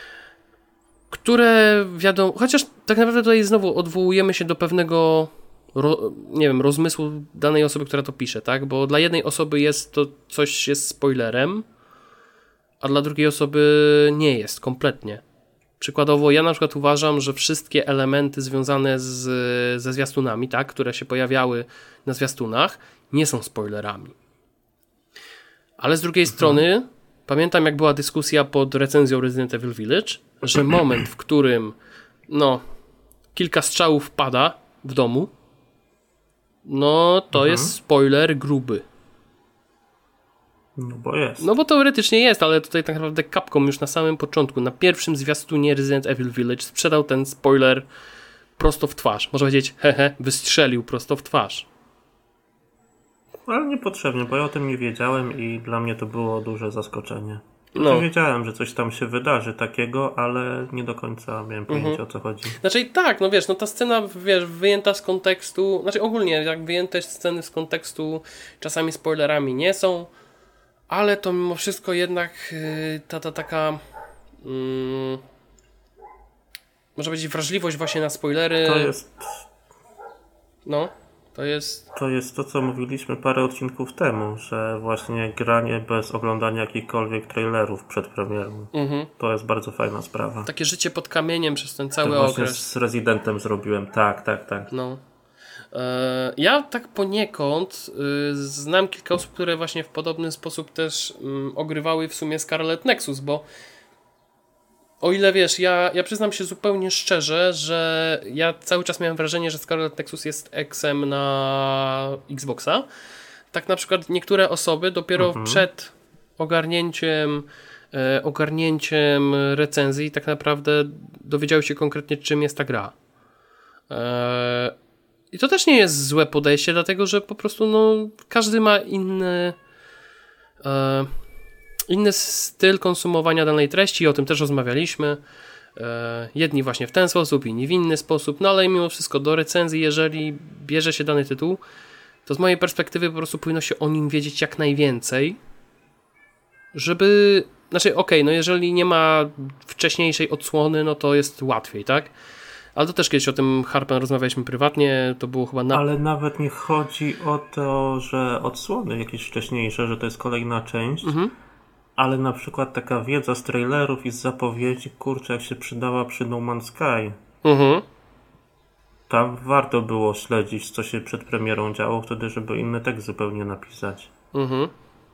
które wiadomo, chociaż tak naprawdę tutaj znowu odwołujemy się do pewnego Ro, nie wiem, rozmysłu danej osoby, która to pisze, tak? Bo dla jednej osoby jest to coś jest spoilerem, a dla drugiej osoby nie jest kompletnie. Przykładowo ja na przykład uważam, że wszystkie elementy związane z, ze zwiastunami, tak, które się pojawiały na zwiastunach, nie są spoilerami. Ale z drugiej mhm. strony pamiętam, jak była dyskusja pod recenzją Resident Evil Village, że moment, w którym no, kilka strzałów pada w domu, no to mhm. jest spoiler gruby. No bo jest. No bo teoretycznie jest, ale tutaj tak naprawdę Capcom już na samym początku, na pierwszym zwiastunie Resident Evil Village sprzedał ten spoiler prosto w twarz. Można powiedzieć, hehe, wystrzelił prosto w twarz. Ale niepotrzebnie, bo ja o tym nie wiedziałem i dla mnie to było duże zaskoczenie. No. Wiedziałem, że coś tam się wydarzy takiego, ale nie do końca miałem pojęcia mhm. o co chodzi. Znaczy tak, no wiesz, no ta scena, wiesz, wyjęta z kontekstu, znaczy ogólnie jak wyjęte sceny z kontekstu czasami spoilerami nie są, ale to mimo wszystko jednak ta, ta taka mm, można powiedzieć wrażliwość właśnie na spoilery. To jest no, to jest to jest to, co mówiliśmy parę odcinków temu, że właśnie granie bez oglądania jakichkolwiek trailerów przed premierą. Mhm. To jest bardzo fajna sprawa. Takie życie pod kamieniem przez ten cały to właśnie okres. Z Residentem zrobiłem, tak, tak, tak. No. Ja tak poniekąd y, znam kilka osób, które właśnie w podobny sposób też y, ogrywały w sumie Scarlet Nexus, bo o ile wiesz, ja, ja przyznam się zupełnie szczerze, że ja cały czas miałem wrażenie, że Scarlet Nexus jest eksem na Xboxa. Tak na przykład niektóre osoby dopiero mhm. przed ogarnięciem e, ogarnięciem recenzji tak naprawdę dowiedziały się konkretnie, czym jest ta gra. E, I to też nie jest złe podejście, dlatego że po prostu no, każdy ma inny e, inny styl konsumowania danej treści i o tym też rozmawialiśmy. E, jedni właśnie w ten sposób, inni w inny sposób, no ale mimo wszystko do recenzji, jeżeli bierze się dany tytuł, to z mojej perspektywy po prostu powinno się o nim wiedzieć jak najwięcej, żeby, znaczy okej, okay, no jeżeli nie ma wcześniejszej odsłony, no to jest łatwiej, tak? Ale to też kiedyś o tym Harpem rozmawialiśmy prywatnie, to było chyba na... Ale nawet nie chodzi o to, że odsłony jakieś wcześniejsze, że to jest kolejna część, mhm. ale na przykład taka wiedza z trailerów i z zapowiedzi, kurczę, jak się przydała przy No Man's Sky. Mhm. Tam warto było śledzić, co się przed premierą działo, wtedy, żeby inny tekst zupełnie napisać. Mhm.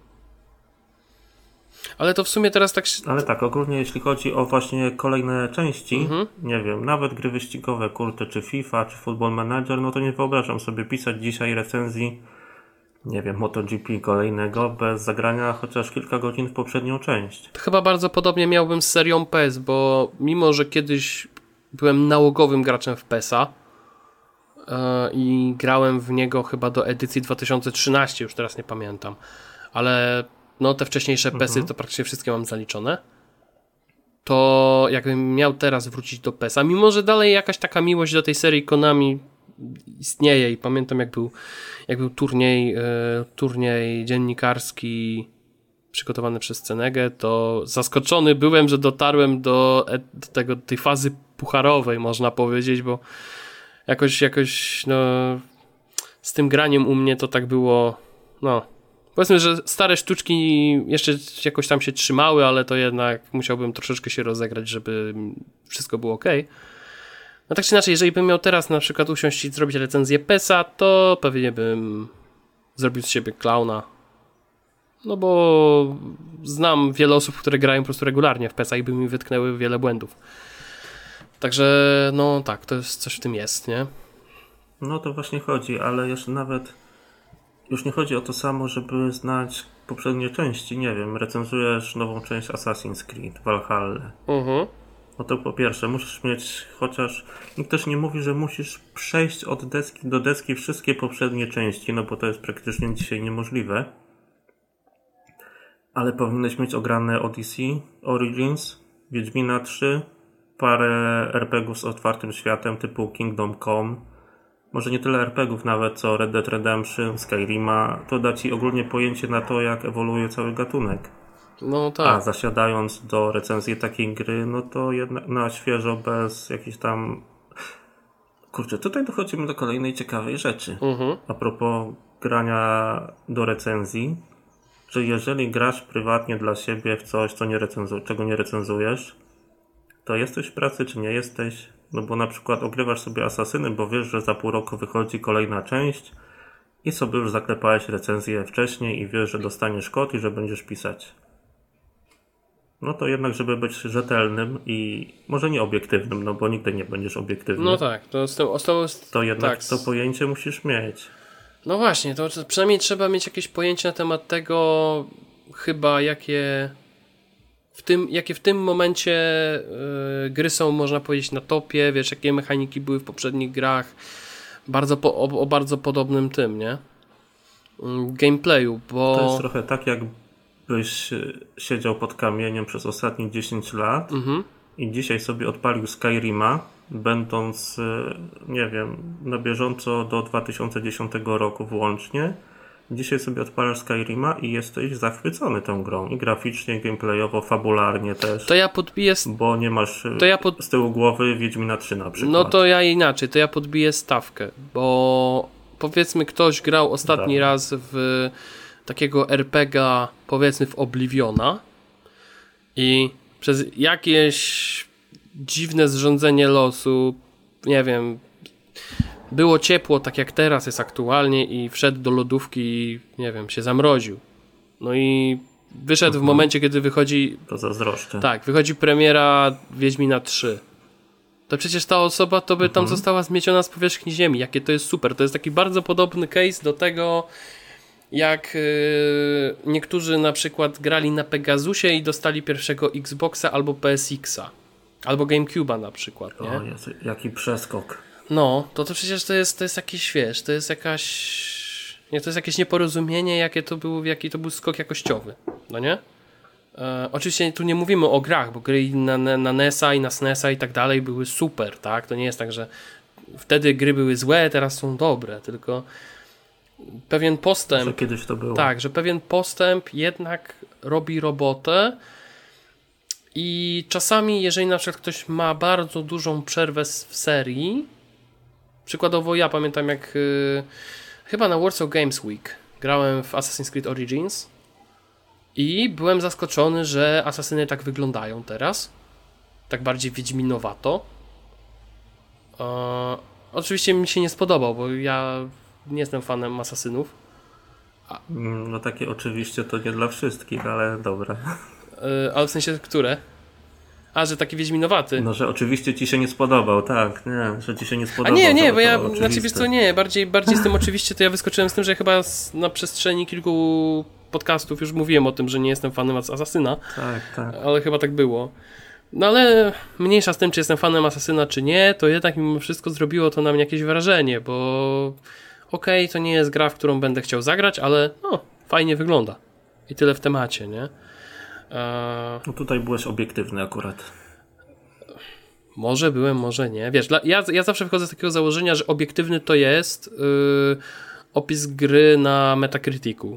Ale to w sumie teraz tak... Ale tak, ogólnie jeśli chodzi o właśnie kolejne części, mhm. nie wiem, nawet gry wyścigowe, kurczę, czy FIFA, czy Football Manager, no to nie wyobrażam sobie pisać dzisiaj recenzji, nie wiem, MotoGP kolejnego bez zagrania chociaż kilka godzin w poprzednią część. To chyba bardzo podobnie miałbym z serią P E S, bo mimo, że kiedyś byłem nałogowym graczem w P E S a yy, i grałem w niego chyba do edycji dwa tysiące trzynastej, już teraz nie pamiętam, ale no te wcześniejsze P E S y mhm. to praktycznie wszystkie mam zaliczone, to jakbym miał teraz wrócić do P E S a, mimo że dalej jakaś taka miłość do tej serii Konami istnieje i pamiętam jak był, jak był turniej, e, turniej dziennikarski przygotowany przez Cenegę, to zaskoczony byłem, że dotarłem do, do tego, tej fazy pucharowej, można powiedzieć, bo jakoś, jakoś no, z tym graniem u mnie to tak było, no powiedzmy, że stare sztuczki jeszcze jakoś tam się trzymały, ale to jednak musiałbym troszeczkę się rozegrać, żeby wszystko było ok. No tak czy inaczej, jeżeli bym miał teraz na przykład usiąść i zrobić recenzję P E S a, to pewnie bym zrobił z siebie klauna. No bo znam wiele osób, które grają po prostu regularnie w P E S a i by mi wytknęły wiele błędów. Także no tak, to jest coś w tym jest, nie? No to właśnie chodzi, ale jeszcze nawet już nie chodzi o to samo, żeby znać poprzednie części, nie wiem, recenzujesz nową część Assassin's Creed, Valhalla. Mhm. No to po pierwsze, musisz mieć chociaż... Nikt też nie mówi, że musisz przejść od deski do deski wszystkie poprzednie części, no bo to jest praktycznie dzisiaj niemożliwe. Ale powinieneś mieć ograne Odyssey, Origins, Wiedźmina trzy, parę er pe gie ów z otwartym światem typu Kingdom Come. Może nie tyle er pe gie ów nawet, co Red Dead Redemption, Skyrima. To da ci ogólnie pojęcie na to, jak ewoluuje cały gatunek. No tak. A zasiadając do recenzji takiej gry, no to jednak na świeżo, bez jakichś tam... Kurczę, tutaj dochodzimy do kolejnej ciekawej rzeczy. Uh-huh. A propos grania do recenzji, że jeżeli grasz prywatnie dla siebie w coś, co nie recenzu- czego nie recenzujesz, to jesteś w pracy, czy nie jesteś? No bo na przykład ogrywasz sobie Asasyny, bo wiesz, że za pół roku wychodzi kolejna część i sobie już zaklepałeś recenzję wcześniej i wiesz, że dostaniesz kod i że będziesz pisać. No to jednak, żeby być rzetelnym i może nie obiektywnym, no bo nigdy nie będziesz obiektywny. No tak, to, z tym, to, z, to jednak tak. to pojęcie musisz mieć. No właśnie, to przynajmniej trzeba mieć jakieś pojęcie na temat tego chyba jakie w tym, jakie w tym momencie yy, gry są, można powiedzieć, na topie, wiesz, jakie mechaniki były w poprzednich grach, bardzo po, o, o bardzo podobnym tym, nie? Gameplayu, bo... To jest trochę tak, jak byś siedział pod kamieniem przez ostatnich dziesięć lat mhm. i dzisiaj sobie odpalił Skyrima, będąc, nie wiem, na bieżąco do dwa tysiące dziesiątego roku włącznie Dzisiaj sobie odpalasz Skyrima i jesteś zachwycony tą grą. I graficznie, i gameplayowo, fabularnie też. To ja podbiję... Bo nie masz to ja pod... z tyłu głowy Wiedźmina trzy na przykład. No to ja inaczej, to ja podbiję stawkę, bo powiedzmy ktoś grał ostatni tak. raz w takiego er pe gie a, powiedzmy w Obliviona i przez jakieś dziwne zrządzenie losu, nie wiem, było ciepło tak jak teraz jest aktualnie i wszedł do lodówki i nie wiem, się zamroził. No i wyszedł mhm. w momencie, kiedy wychodzi... To zazdroszczę. Tak, wychodzi premiera Wiedźmina trzy. To przecież ta osoba to by mhm. tam została zmieciona z powierzchni ziemi. Jakie to jest super. To jest taki bardzo podobny case do tego, jak yy, niektórzy na przykład grali na Pegasusie i dostali pierwszego Xboxa albo P S X-a. Albo GameCube'a na przykład, nie? O Jezu, jaki przeskok. No, to to przecież to jest, to jest jakieś, wiesz, to jest jakaś... Nie, to jest jakieś nieporozumienie, jakie to był, jaki to był skok jakościowy, no nie? E, oczywiście tu nie mówimy o grach, bo gry na, na, na en e es a i na es en e es a i tak dalej były super, tak? To nie jest tak, że wtedy gry były złe, teraz są dobre, tylko pewien postęp... Że kiedyś to było. Tak, że pewien postęp jednak robi robotę i czasami, jeżeli na przykład ktoś ma bardzo dużą przerwę w serii, przykładowo ja pamiętam jak yy, chyba na Warsaw Games Week grałem w Assassin's Creed Origins i byłem zaskoczony, że asasyny tak wyglądają teraz, tak bardziej wiedźminowato. Yy, oczywiście mi się nie spodobał, bo ja nie jestem fanem asasynów. A... No takie oczywiście to nie dla wszystkich, ale dobra. Yy, ale w sensie które? A, że taki wiedźminowaty. No, że oczywiście ci się nie spodobał, tak, nie, że ci się nie spodobał. A nie, nie, to, bo ja, to znaczy wiesz co, nie, bardziej, bardziej z tym oczywiście to ja wyskoczyłem z tym, że chyba z, na przestrzeni kilku podcastów już mówiłem o tym, że nie jestem fanem Asasyna. Tak, tak. Ale chyba tak było. No ale mniejsza z tym, czy jestem fanem Asasyna, czy nie, to jednak mimo wszystko zrobiło to na mnie jakieś wrażenie, bo okej, okay, to nie jest gra, w którą będę chciał zagrać, ale no, fajnie wygląda. I tyle w temacie, nie? No tutaj byłeś obiektywny akurat. Może byłem, może nie. Wiesz, dla, ja, ja zawsze wychodzę z takiego założenia, że obiektywny to jest yy, opis gry na Metacriticu.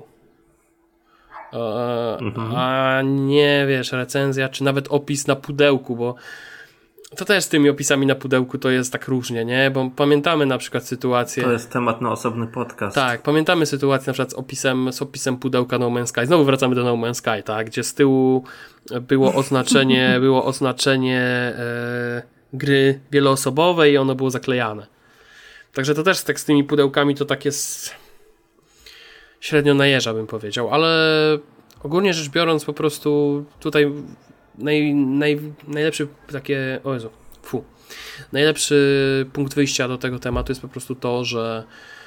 Yy, mhm. A nie, wiesz, recenzja, czy nawet opis na pudełku, bo to też z tymi opisami na pudełku to jest tak różnie, nie? Bo pamiętamy na przykład sytuację... To jest temat na osobny podcast. Tak, pamiętamy sytuację na przykład z opisem, z opisem pudełka No Man's Sky. Znowu wracamy do No Man's Sky, tak? Gdzie z tyłu było oznaczenie, było oznaczenie e, gry wieloosobowej i ono było zaklejane. Także to też tak z tymi pudełkami to tak jest średnio na jeża, bym powiedział, ale ogólnie rzecz biorąc po prostu tutaj Naj, naj, najlepszy takie, o Jezu, fu, najlepszy punkt wyjścia do tego tematu jest po prostu to, że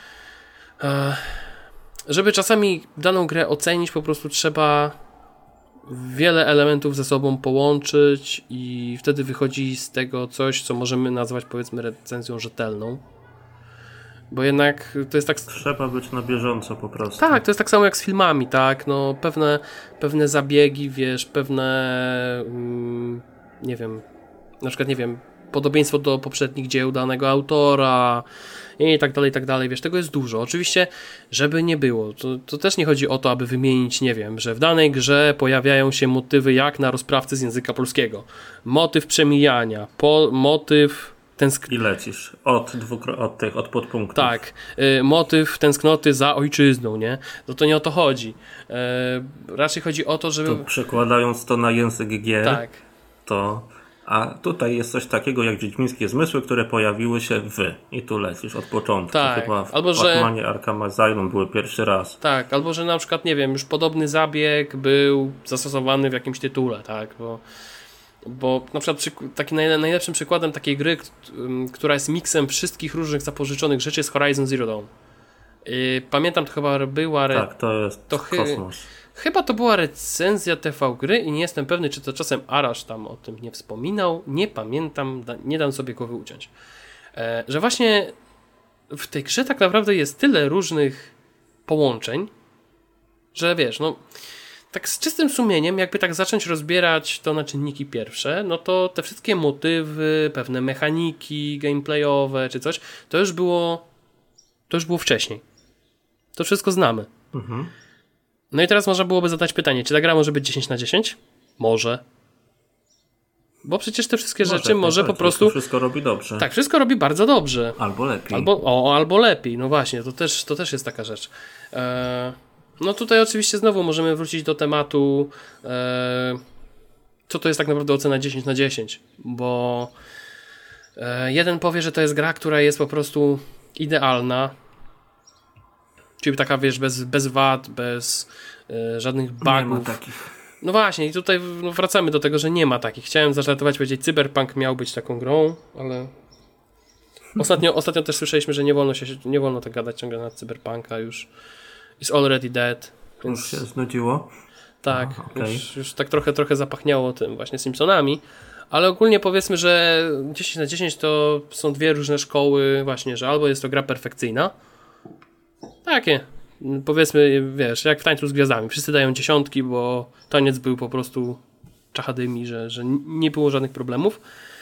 e, żeby czasami daną grę ocenić, po prostu trzeba wiele elementów ze sobą połączyć i wtedy wychodzi z tego coś, co możemy nazwać powiedzmy recenzją rzetelną. Bo jednak to jest tak... Trzeba być na bieżąco po prostu. Tak, to jest tak samo jak z filmami, tak? No pewne, pewne zabiegi, wiesz, pewne mm, nie wiem, na przykład, nie wiem, podobieństwo do poprzednich dzieł danego autora i tak dalej, i tak dalej, wiesz, tego jest dużo. Oczywiście, żeby nie było, to, to też nie chodzi o to, aby wymienić, nie wiem, że w danej grze pojawiają się motywy jak na rozprawcy z języka polskiego. Motyw przemijania, po, motyw Tęsk... I lecisz od, dwukro... od tych, od podpunktów. Tak, y, motyw tęsknoty za ojczyzną, nie? No to nie o to chodzi. Y, raczej chodzi o to, żeby... To przekładając to na język gier, tak. to... A tutaj jest coś takiego jak Wiedźmińskie Zmysły, które pojawiły się w... I tu lecisz od początku. Tak, chyba w albo że... Batmanie Arkham Asylum były pierwszy raz. Tak, albo że na przykład, nie wiem, już podobny zabieg był zastosowany w jakimś tytule, tak? Bo... Bo na przykład taki najlepszym przykładem takiej gry, która jest miksem wszystkich różnych zapożyczonych rzeczy, jest Horizon Zero Dawn. Pamiętam, to chyba była... Re... Tak, to jest to chy... kosmos. Chyba to była recenzja T V gry i nie jestem pewny, czy to czasem Arash tam o tym nie wspominał. Nie pamiętam, nie dam sobie głowy uciąć. E, że właśnie w tej grze tak naprawdę jest tyle różnych połączeń, że wiesz, no... Tak z czystym sumieniem, jakby tak zacząć rozbierać to na czynniki pierwsze, no to te wszystkie motywy, pewne mechaniki gameplayowe czy coś, to już było to już było wcześniej. To wszystko znamy. Mhm. No i teraz można byłoby zadać pytanie, czy ta gra może być dziesięć na dziesięć? Może. Bo przecież te wszystkie może, rzeczy może po prostu... Wszystko robi dobrze. Tak, wszystko robi bardzo dobrze. Albo lepiej. Albo, o, albo lepiej, no właśnie, to też, to też jest taka rzecz. E, no tutaj oczywiście znowu możemy wrócić do tematu, e, co to jest tak naprawdę ocena dziesięć na dziesięć, bo e, jeden powie, że to jest gra, która jest po prostu idealna, czyli taka, wiesz, bez, bez wad, bez e, żadnych bugów. Nie ma takich. No właśnie, i tutaj no, wracamy do tego, że nie ma takich. Chciałem zażartować, powiedzieć, Cyberpunk miał być taką grą, ale ostatnio, ostatnio też słyszeliśmy, że nie wolno się, nie wolno tak gadać ciągle na Cyberpunka, już is already dead. Więc już się znudziło? tak, Aha, okay. już, już tak trochę, trochę zapachniało tym właśnie Simpsonami, ale ogólnie powiedzmy, że dziesięć na dziesięć to są dwie różne szkoły właśnie, że albo jest to gra perfekcyjna, takie, powiedzmy, wiesz, jak w Tańcu z Gwiazdami, wszyscy dają dziesiątki, bo taniec był po prostu czachadymi, że, że nie było żadnych problemów.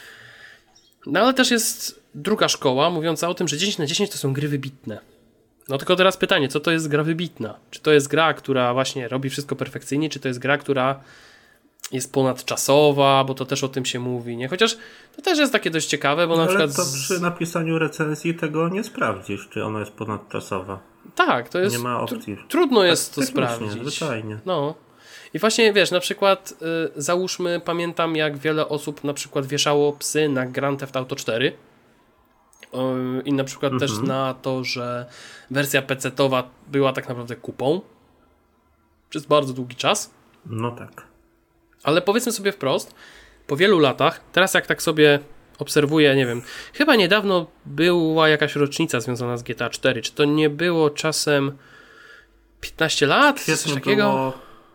No ale też jest druga szkoła mówiąca o tym, że dziesięć na dziesięć to są gry wybitne. No tylko teraz pytanie, co to jest gra wybitna? Czy to jest gra, która właśnie robi wszystko perfekcyjnie, czy to jest gra, która jest ponadczasowa, bo to też o tym się mówi, nie? Chociaż to też jest takie dość ciekawe, bo no na ale przykład... to przy napisaniu recenzji tego nie sprawdzisz, czy ona jest ponadczasowa. Tak, to jest... Nie ma opcji. Tr- trudno tak jest to sprawdzić. Zwyczajnie. No. I właśnie, wiesz, na przykład y, załóżmy, pamiętam jak wiele osób na przykład wieszało psy na Grand Theft Auto cztery y, i na przykład mhm. też na to, że wersja pecetowa była tak naprawdę kupą przez bardzo długi czas. No tak. Ale powiedzmy sobie wprost, po wielu latach, teraz jak tak sobie obserwuję, nie wiem, chyba niedawno była jakaś rocznica związana z G T A cztery. Czy to nie było czasem piętnaście lat? Coś takiego? Było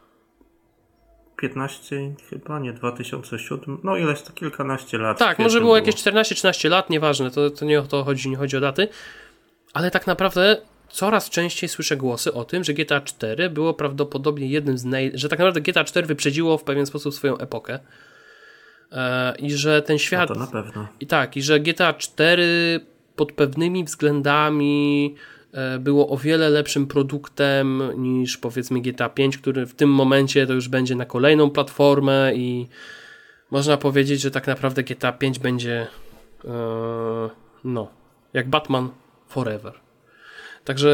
piętnaście chyba, nie, dwa tysiące siódmy, no ileś to kilkanaście lat. Tak, może było, było jakieś czternaście trzynaście lat, nieważne, to, to nie o to chodzi, nie chodzi o daty, ale tak naprawdę coraz częściej słyszę głosy o tym, że G T A cztery było prawdopodobnie jednym z naj... że tak naprawdę G T A cztery wyprzedziło w pewien sposób swoją epokę e, i że ten świat... No to na pewno. I tak, i że G T A cztery pod pewnymi względami e, było o wiele lepszym produktem niż powiedzmy G T A pięć, który w tym momencie to już będzie na kolejną platformę i można powiedzieć, że tak naprawdę G T A pięć będzie e, no, jak Batman Forever. Także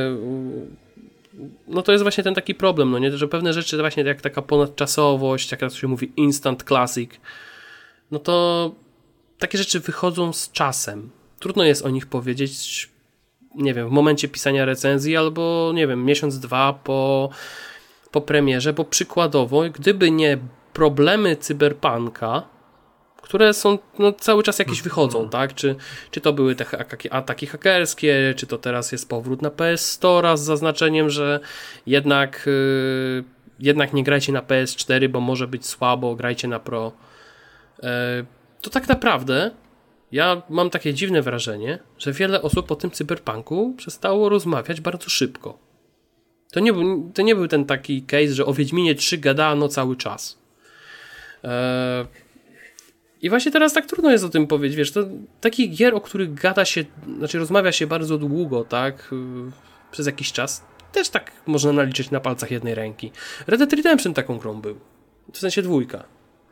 no to jest właśnie ten taki problem, no nie, że pewne rzeczy właśnie jak taka ponadczasowość, jak to się mówi instant classic, no to takie rzeczy wychodzą z czasem. Trudno jest o nich powiedzieć, nie wiem, w momencie pisania recenzji albo, nie wiem, miesiąc, dwa po, po premierze, bo przykładowo, gdyby nie problemy Cyberpunka, które są no, cały czas jakieś wychodzą, tak? Czy, czy to były te ataki hakerskie, czy to teraz jest powrót na P S Store z zaznaczeniem, że jednak, yy, jednak nie grajcie na P S cztery, bo może być słabo, grajcie na Pro. Yy, to tak naprawdę ja mam takie dziwne wrażenie, że wiele osób po tym Cyberpunku przestało rozmawiać bardzo szybko. To nie był, to nie był ten taki case, że o Wiedźminie trzy gadano cały czas. Yy, I właśnie teraz tak trudno jest o tym powiedzieć, wiesz, to takich gier, o których gada się, znaczy rozmawia się bardzo długo, tak, yy, przez jakiś czas, też tak można naliczyć na palcach jednej ręki. Red Dead Redemption taką grą był, w sensie dwójka.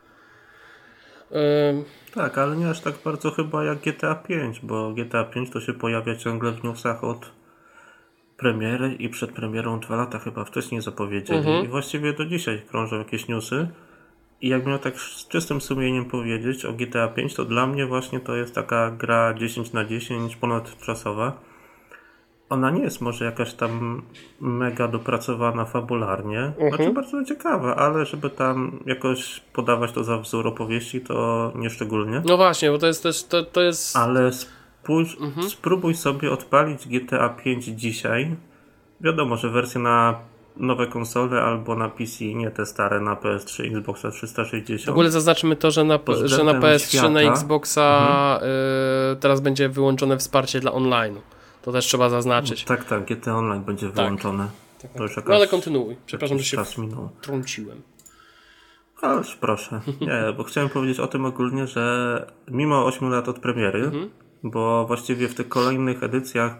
Yy... Tak, ale nie aż tak bardzo chyba jak G T A pięć, bo G T A pięć to się pojawia ciągle w newsach od premiery i przed premierą dwa lata chyba wcześniej zapowiedzieli mhm. i właściwie do dzisiaj krążą jakieś newsy. I jak miał tak z czystym sumieniem powiedzieć o G T A pięć, to dla mnie właśnie to jest taka gra dziesięć na dziesięć ponadczasowa. Ona nie jest może jakaś tam mega dopracowana fabularnie, uh-huh. znaczy bardzo ciekawa, ale żeby tam jakoś podawać to za wzór opowieści, to nie szczególnie. No właśnie, bo to jest też, to, to jest... Ale spójrz, uh-huh. spróbuj sobie odpalić G T A pięć dzisiaj. Wiadomo, że wersja na nowe konsole albo na P C, nie te stare na P S trzy, Xboxa trzysta sześćdziesiąt. W ogóle zaznaczmy to, że na, że na P S trzy, świata. Na Xboxa mhm. y, teraz będzie wyłączone wsparcie dla online'u. To też trzeba zaznaczyć. Tak, tak, G T Online będzie tak. wyłączone. Tak, tak. Jakaś, no ale kontynuuj. Przepraszam, że się trąciłem. Ależ proszę. Nie, bo chciałem powiedzieć o tym ogólnie, że mimo ośmiu lat od premiery, mhm. bo właściwie w tych kolejnych edycjach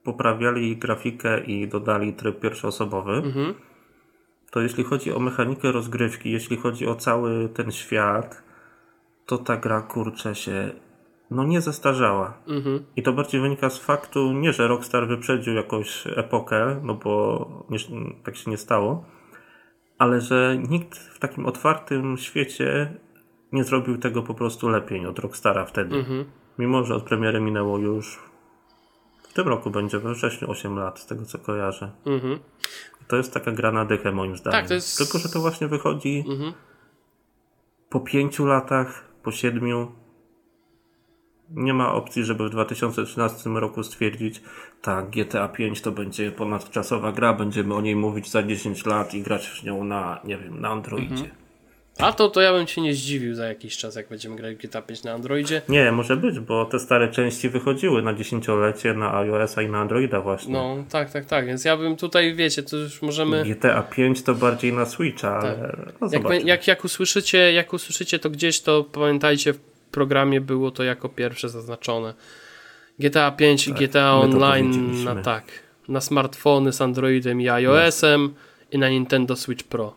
poprawiali grafikę i dodali tryb pierwszoosobowy, Mhm. to jeśli chodzi o mechanikę rozgrywki, jeśli chodzi o cały ten świat, to ta gra, kurczę, się no nie zestarzała. Mhm. I to bardziej wynika z faktu, nie, że Rockstar wyprzedził jakąś epokę, no bo nie, tak się nie stało, ale że nikt w takim otwartym świecie nie zrobił tego po prostu lepiej od Rockstara wtedy. Mhm. Mimo, że od premiery minęło już w tym roku będzie we wrześniu osiem lat, z tego co kojarzę. Mhm. To jest taka gra na dychę moim zdaniem. Tak, to jest... Tylko, że to właśnie wychodzi Mhm. po pięciu latach, po siedmiu. Nie ma opcji, żeby w dwa tysiące trzynastym roku stwierdzić, tak, G T A pięć to będzie ponadczasowa gra, będziemy o niej mówić za dziesięć lat i grać w nią na, nie wiem, na Androidzie. Mhm. A to, to ja bym się nie zdziwił za jakiś czas, jak będziemy grać w G T A pięć na Androidzie. Nie, może być, bo te stare części wychodziły na dziesięciolecie, na iOS-a i na Androida właśnie. No, tak, tak, tak, więc ja bym tutaj, wiecie, to już możemy... G T A pięć to bardziej na Switcha, Tak. ale no Jak, zobaczymy. jak, jak, usłyszycie, jak usłyszycie to gdzieś, to pamiętajcie, w programie było to jako pierwsze zaznaczone. G T A pięć Tak, i G T A my to Online powiedzieliśmy. na tak, na smartfony z Androidem i iOS-em i na Nintendo Switch Pro.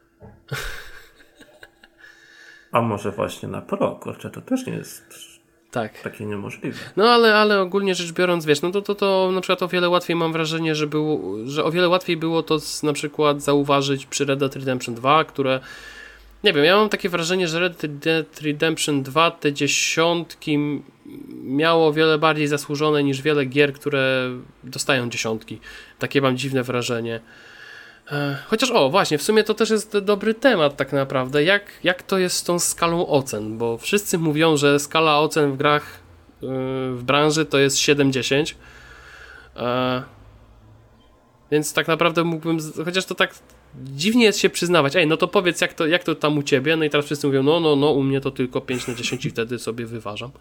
A może właśnie na Pro, kurczę, to też nie jest Tak. takie niemożliwe. No ale, ale ogólnie rzecz biorąc, wiesz, no to, to, to na przykład o wiele łatwiej mam wrażenie, że było, że o wiele łatwiej było to z, na przykład zauważyć przy Red Dead Redemption dwa, które, nie wiem, ja mam takie wrażenie, że Red Dead Redemption dwa te dziesiątki miało o wiele bardziej zasłużone niż wiele gier, które dostają dziesiątki. Takie mam dziwne wrażenie. Chociaż o, właśnie, w sumie to też jest dobry temat tak naprawdę, jak, jak to jest z tą skalą ocen, bo wszyscy mówią, że skala ocen w grach yy, w branży to jest siedem dziesięć, yy, więc tak naprawdę mógłbym, chociaż to tak dziwnie jest się przyznawać, ej, no to powiedz jak to, jak to tam u ciebie, no i teraz wszyscy mówią, no, no, no, u mnie to tylko pięć na dziesięć i wtedy sobie wyważam.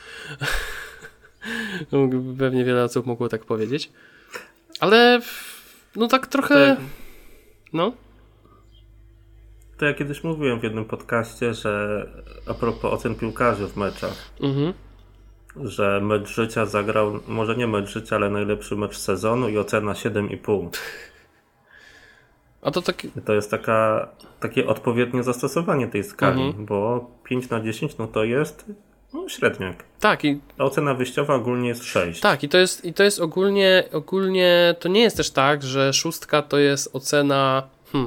Pewnie wiele osób mogło tak powiedzieć, ale no tak trochę... No. To ja kiedyś mówiłem w jednym podcaście, że a propos ocen piłkarzy w meczach, Mhm. że mecz życia zagrał, może nie mecz życia, ale najlepszy mecz sezonu i ocena siedem i pół. A to tak... To jest taka, takie odpowiednie zastosowanie tej skali, Mhm. bo pięć na dziesięć no to jest no, średniak. Tak i... A ocena wyjściowa ogólnie jest sześć. Tak, i to jest, i to jest ogólnie, ogólnie, to nie jest też tak, że szóstka to jest ocena, hmm,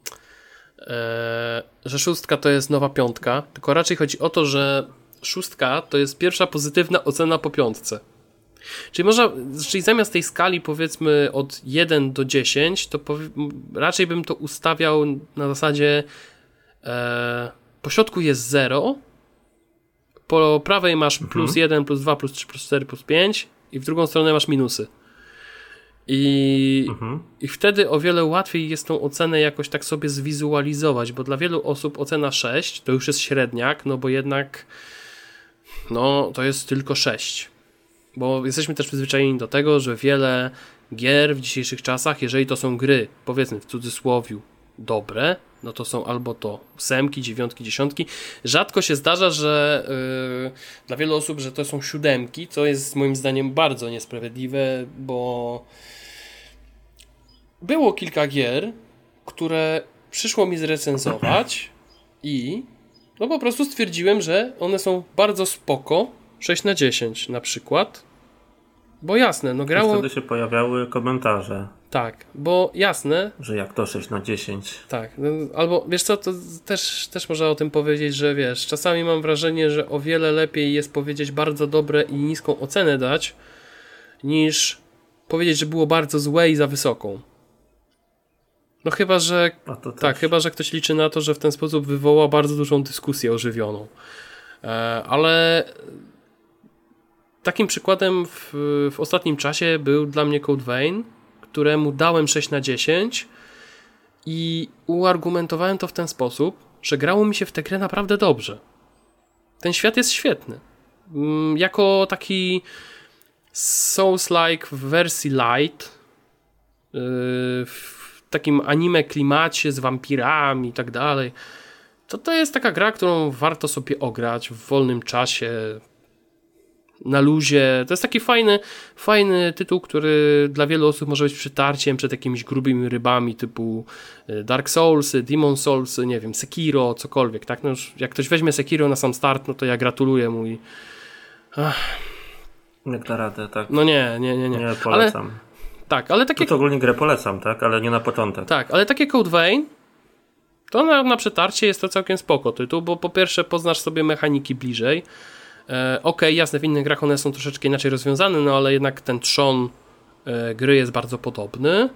e, że szóstka to jest nowa piątka, tylko raczej chodzi o to, że szóstka to jest pierwsza pozytywna ocena po piątce. Czyli można, czyli zamiast tej skali powiedzmy od jeden do dziesięć, to powie, raczej bym to ustawiał na zasadzie e, po środku jest zero, po prawej masz plus Mhm. jeden, plus dwa, plus trzy, plus cztery, plus pięć i w drugą stronę masz minusy. I, Mhm. I wtedy o wiele łatwiej jest tą ocenę jakoś tak sobie zwizualizować, bo dla wielu osób ocena sześć to już jest średniak, no bo jednak no to jest tylko sześć. Bo jesteśmy też przyzwyczajeni do tego, że wiele gier w dzisiejszych czasach, jeżeli to są gry, powiedzmy w cudzysłowiu, dobre, no to są albo to ósemki, dziewiątki, dziesiątki. Rzadko się zdarza, że yy, dla wielu osób, że to są siódemki, co jest moim zdaniem bardzo niesprawiedliwe, bo było kilka gier, które przyszło mi zrecenzować i no po prostu stwierdziłem, że one są bardzo spoko, sześć na dziesięć na przykład, bo jasne, no grało... I wtedy się pojawiały komentarze, Tak, bo jasne, że jak to sześć na dziesięć. tak, no, albo wiesz co, to też, też można o tym powiedzieć, że wiesz, czasami mam wrażenie, że o wiele lepiej jest powiedzieć bardzo dobre i niską ocenę dać, niż powiedzieć, że było bardzo złe i za wysoką. No chyba, że A to też. tak, chyba, że ktoś liczy na to, że w ten sposób wywoła bardzo dużą dyskusję ożywioną. E, ale takim przykładem w, w ostatnim czasie był dla mnie Code Vein, któremu dałem sześć na dziesięć i uargumentowałem to w ten sposób, że grało mi się w tę grę naprawdę dobrze. Ten świat jest świetny. Jako taki Souls-like w wersji light, w takim anime klimacie z wampirami i tak dalej, to to jest taka gra, którą warto sobie ograć w wolnym czasie. na luzie. To jest taki fajny, fajny tytuł, który dla wielu osób może być przytarciem przed jakimiś grubymi rybami typu Dark Souls, Demon Souls, nie wiem, Sekiro, cokolwiek, tak? No już jak ktoś weźmie Sekiro na sam start, no to ja gratuluję mu i... Ach. Jak da radę, tak? No nie, nie, nie, nie. Nie polecam. Ale, tak, ale takie... No to ogólnie grę polecam, tak? Ale nie na początek. Tak, ale takie Code Vein to na, na przetarcie jest to całkiem spoko tytuł, bo po pierwsze poznasz sobie mechaniki bliżej. E, Okej, okay, jasne, w innych grach one są troszeczkę inaczej rozwiązane, no ale jednak ten trzon e, gry jest bardzo podobny.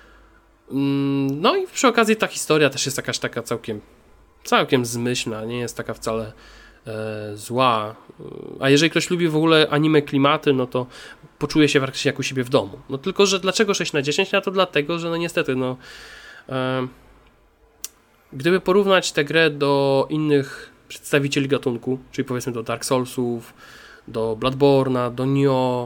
Mm, no i przy okazji ta historia też jest jakaś taka całkiem całkiem zmyślna, nie jest taka wcale e, zła. A jeżeli ktoś lubi w ogóle anime klimaty, no to poczuje się praktycznie jak u siebie w domu. No tylko, że dlaczego sześć na dziesięć? No to dlatego, że no niestety, no e, gdyby porównać tę grę do innych przedstawicieli gatunku, czyli powiedzmy do Dark Soulsów, do Bloodborne'a, do Nioh,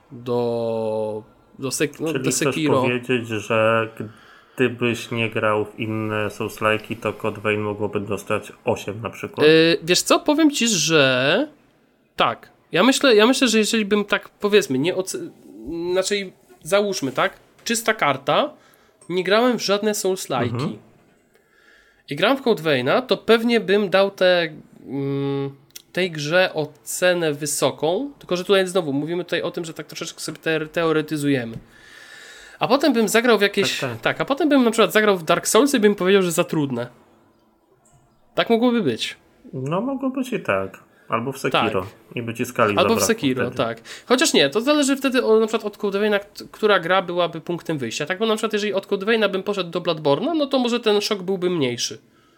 do, do, Sek- no, czyli do Sekiro. chcesz powiedzieć, że gdybyś nie grał w inne Souls-like'i, to Code Vein mogłoby dostać osiem na przykład? Yy, wiesz co, powiem ci, że tak. Ja myślę, ja myślę, że jeżeli bym tak, powiedzmy, nie oce- znaczy załóżmy, tak, czysta karta, nie grałem w żadne Souls-like'i mhm. i gram w Code Veina, to pewnie bym dał te, mm, tej grze ocenę wysoką, tylko że tutaj znowu mówimy tutaj o tym, że tak troszeczkę sobie te- teoretyzujemy. A potem bym zagrał w jakieś... Tak, tak. tak, a potem bym na przykład zagrał w Dark Souls i bym powiedział, że za trudne. Tak mogłoby być. No mogło być i tak. Albo w Sekiro. Tak. I by ci skali Albo w Sekiro, wtedy. Tak. Chociaż nie, to zależy wtedy o, na przykład od Code Veina, która gra byłaby punktem wyjścia. Tak, bo na przykład jeżeli od Code Veina bym poszedł do Bloodborne'a, no to może ten szok byłby mniejszy.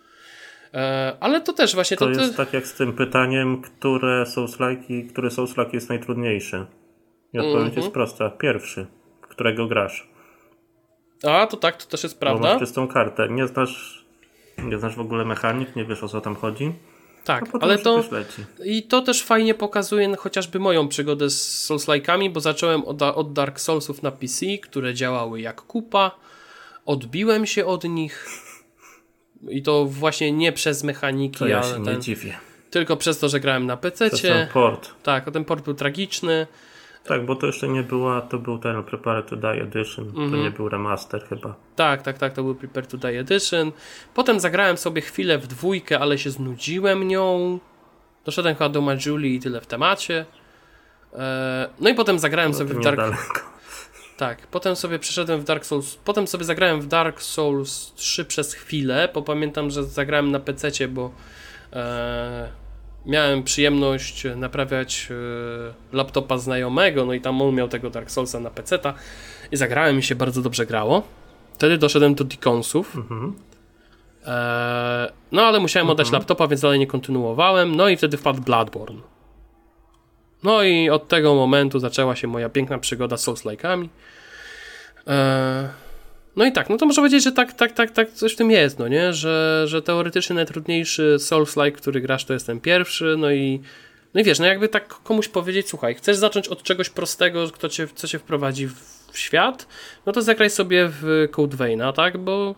E, ale to też właśnie... To, to jest te... tak jak z tym pytaniem, które Souls-like'i, który Souls-like jest najtrudniejszy. I odpowiedź mm-hmm. jest prosta. Pierwszy, w którego grasz. A, to tak, to też jest prawda. Bo masz czystą kartę. Nie znasz, nie znasz w ogóle mechanik, nie wiesz o co tam chodzi. Tak, ale to i to też fajnie pokazuje chociażby moją przygodę z Souls-like'ami, bo zacząłem od, od Dark Soulsów na P C, które działały jak kupa. Odbiłem się od nich i to właśnie nie przez mechaniki, to ja ale się ten, nie dziwię. tylko przez to, że grałem na pececie. Przez ten port. Tak, ten port był tragiczny. Tak, bo to jeszcze nie była, to był ten Prepare to Die Edition, mm-hmm. to nie był remaster chyba. Tak, tak, tak, to był Prepare to Die Edition. Potem zagrałem sobie chwilę w dwójkę, ale się znudziłem nią. Doszedłem chyba do Majuli i tyle w temacie. Eee, no i potem zagrałem no sobie w Dark... Daleko. Tak, potem sobie przeszedłem w Dark Souls, potem sobie zagrałem w Dark Souls trzy przez chwilę, bo pamiętam, że zagrałem na pececie, bo eee, miałem przyjemność naprawiać e, laptopa znajomego, no i tam on miał tego Dark Soulsa na peceta i zagrałem, mi się bardzo dobrze grało. Wtedy doszedłem do Deaconsów. Mhm. E, no ale musiałem oddać mhm. laptopa, więc dalej nie kontynuowałem. No i wtedy wpadł Bloodborne. No i od tego momentu zaczęła się moja piękna przygoda z Souls-like'ami. E, no i tak, no to można powiedzieć, że tak, tak, tak, tak coś w tym jest, no nie? Że, że teoretycznie najtrudniejszy Souls-like, który grasz, to jest ten pierwszy, no i no i wiesz, no jakby tak komuś powiedzieć, słuchaj, chcesz zacząć od czegoś prostego, kto cię, co cię wprowadzi w, w świat, no to zagraj sobie w Code Veina, tak? Bo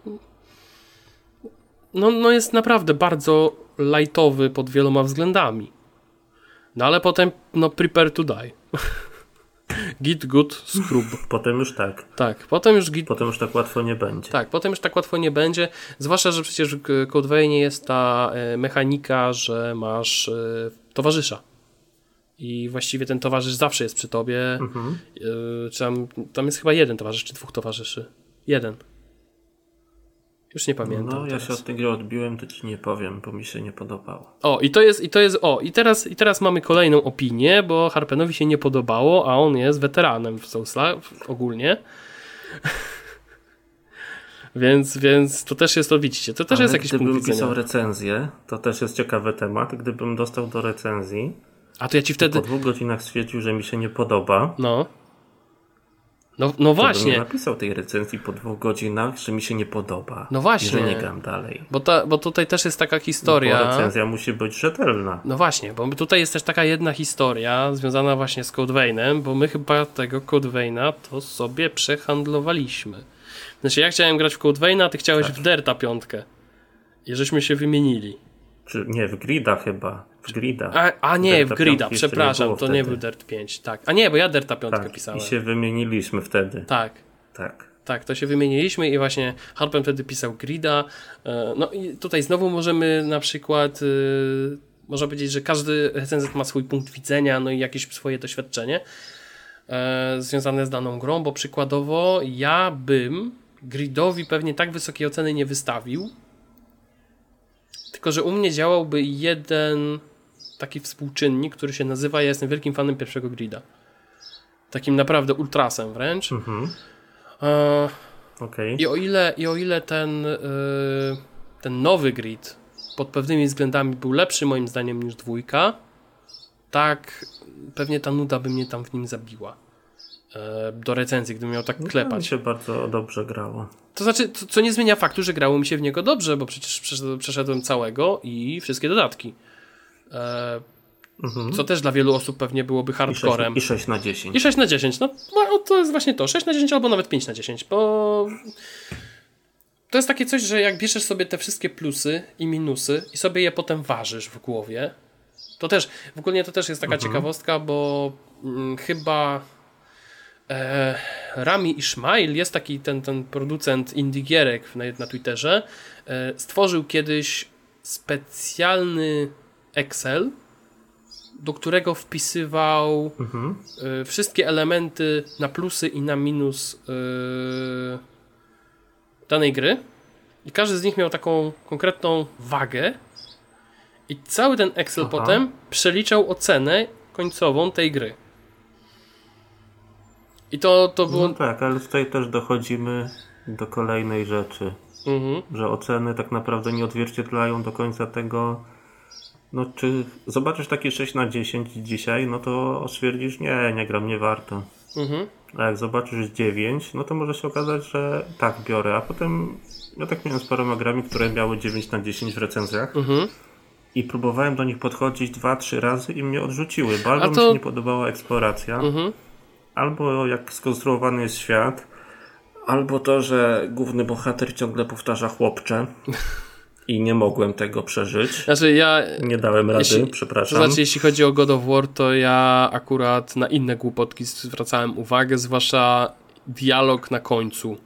no, no jest naprawdę bardzo lightowy pod wieloma względami. No ale potem, no prepare to die. Git, good, scrub. Potem już tak. Tak, potem już git... Potem już tak łatwo nie będzie. Tak, potem już tak łatwo nie będzie. Zwłaszcza, że przecież w Code Veinie jest ta mechanika, że masz towarzysza. I właściwie ten towarzysz zawsze jest przy tobie. Mhm. Czy tam, tam jest chyba jeden towarzysz, czy dwóch towarzyszy? Jeden. Już nie pamiętam. No, ja teraz się od tej gry odbiłem, to ci nie powiem, bo mi się nie podobało. O, i to jest, i to jest, o, i teraz, i teraz mamy kolejną opinię, bo Harpenowi się nie podobało, a on jest weteranem w Soulsla ogólnie. więc, więc to też jest, to widzicie, to też Ale jest jakiś punkt widzenia. gdybym pisał recenzję, to też jest ciekawy temat, gdybym dostał do recenzji, a to ja ci wtedy... po dwóch godzinach stwierdził, że mi się nie podoba. No. No, no właśnie. Nie napisał tej recenzji po dwóch godzinach, że mi się nie podoba. No właśnie. I że nie gram dalej. Bo, ta, bo tutaj też jest taka historia. No, bo recenzja musi być rzetelna. No właśnie, bo tutaj jest też taka jedna historia związana właśnie z Code Veinem, bo my chyba tego Code Veina to sobie przehandlowaliśmy. Znaczy ja chciałem grać w Code Veina, a ty chciałeś tak. w Dirta piątkę. I żeśmy się wymienili. Czy nie, w Grida chyba. W Grida. A, a nie, Dirta w Grida, pięć przepraszam, nie to nie był Dirt pięć. Tak. A nie, bo ja Dirta pięć tak, pisałem. i się wymieniliśmy wtedy. Tak. Tak. Tak, to się wymieniliśmy i właśnie Harpen wtedy pisał Grida. No i tutaj znowu możemy na przykład, yy, można powiedzieć, że każdy recenzent ma swój punkt widzenia, no i jakieś swoje doświadczenie yy, związane z daną grą, bo przykładowo ja bym Gridowi pewnie tak wysokiej oceny nie wystawił, tylko że u mnie działałby jeden taki współczynnik, który się nazywa, ja jestem wielkim fanem pierwszego Grida. Takim naprawdę ultrasem wręcz. Mhm. E, okay. I o ile, i o ile ten, y, ten nowy Grid pod pewnymi względami był lepszy moim zdaniem niż dwójka, tak pewnie ta nuda by mnie tam w nim zabiła. E, do recenzji, gdybym miał tak klepać. No, mi się bardzo dobrze grało. To znaczy, to, co nie zmienia faktu, że grało mi się w niego dobrze, bo przecież przeszedłem, przeszedłem całego i wszystkie dodatki. E, Mhm. Co też dla wielu osób pewnie byłoby hardcorem. I sześć na dziesięć. I sześć na dziesięć. No to jest właśnie to. sześć na dziesięć albo nawet pięć na dziesięć, bo to jest takie coś, że jak bierzesz sobie te wszystkie plusy i minusy i sobie je potem ważysz w głowie, to też, w ogóle to też jest taka mhm. ciekawostka, bo mm, chyba e, Rami Ismail jest taki ten, ten producent indie gierek na, na Twitterze, e, stworzył kiedyś specjalny Excel, do którego wpisywał mhm. y, wszystkie elementy na plusy i na minus y, danej gry i każdy z nich miał taką konkretną wagę i cały ten Excel Aha. potem przeliczał ocenę końcową tej gry. I to, to było... No tak, ale tutaj też dochodzimy do kolejnej rzeczy, mhm. że oceny tak naprawdę nie odzwierciedlają do końca tego. No czy zobaczysz takie sześć na dziesięć dzisiaj, no to stwierdzisz, nie, nie gram, nie warto. Mhm. A jak zobaczysz dziewięć, no to może się okazać, że tak, biorę. A potem, ja tak miałem z paroma grami, które miały dziewięć na dziesięć w recenzjach mhm. i próbowałem do nich podchodzić dwa trzy razy i mnie odrzuciły, bo albo to... mi się nie podobała eksploracja, mhm. albo jak skonstruowany jest świat, albo to, że główny bohater ciągle powtarza chłopcze. I nie mogłem tego przeżyć. Znaczy ja, nie dałem rady, jeśli, przepraszam. To znaczy, jeśli chodzi o God of War, to ja akurat na inne głupotki zwracałem uwagę, zwłaszcza dialog na końcu.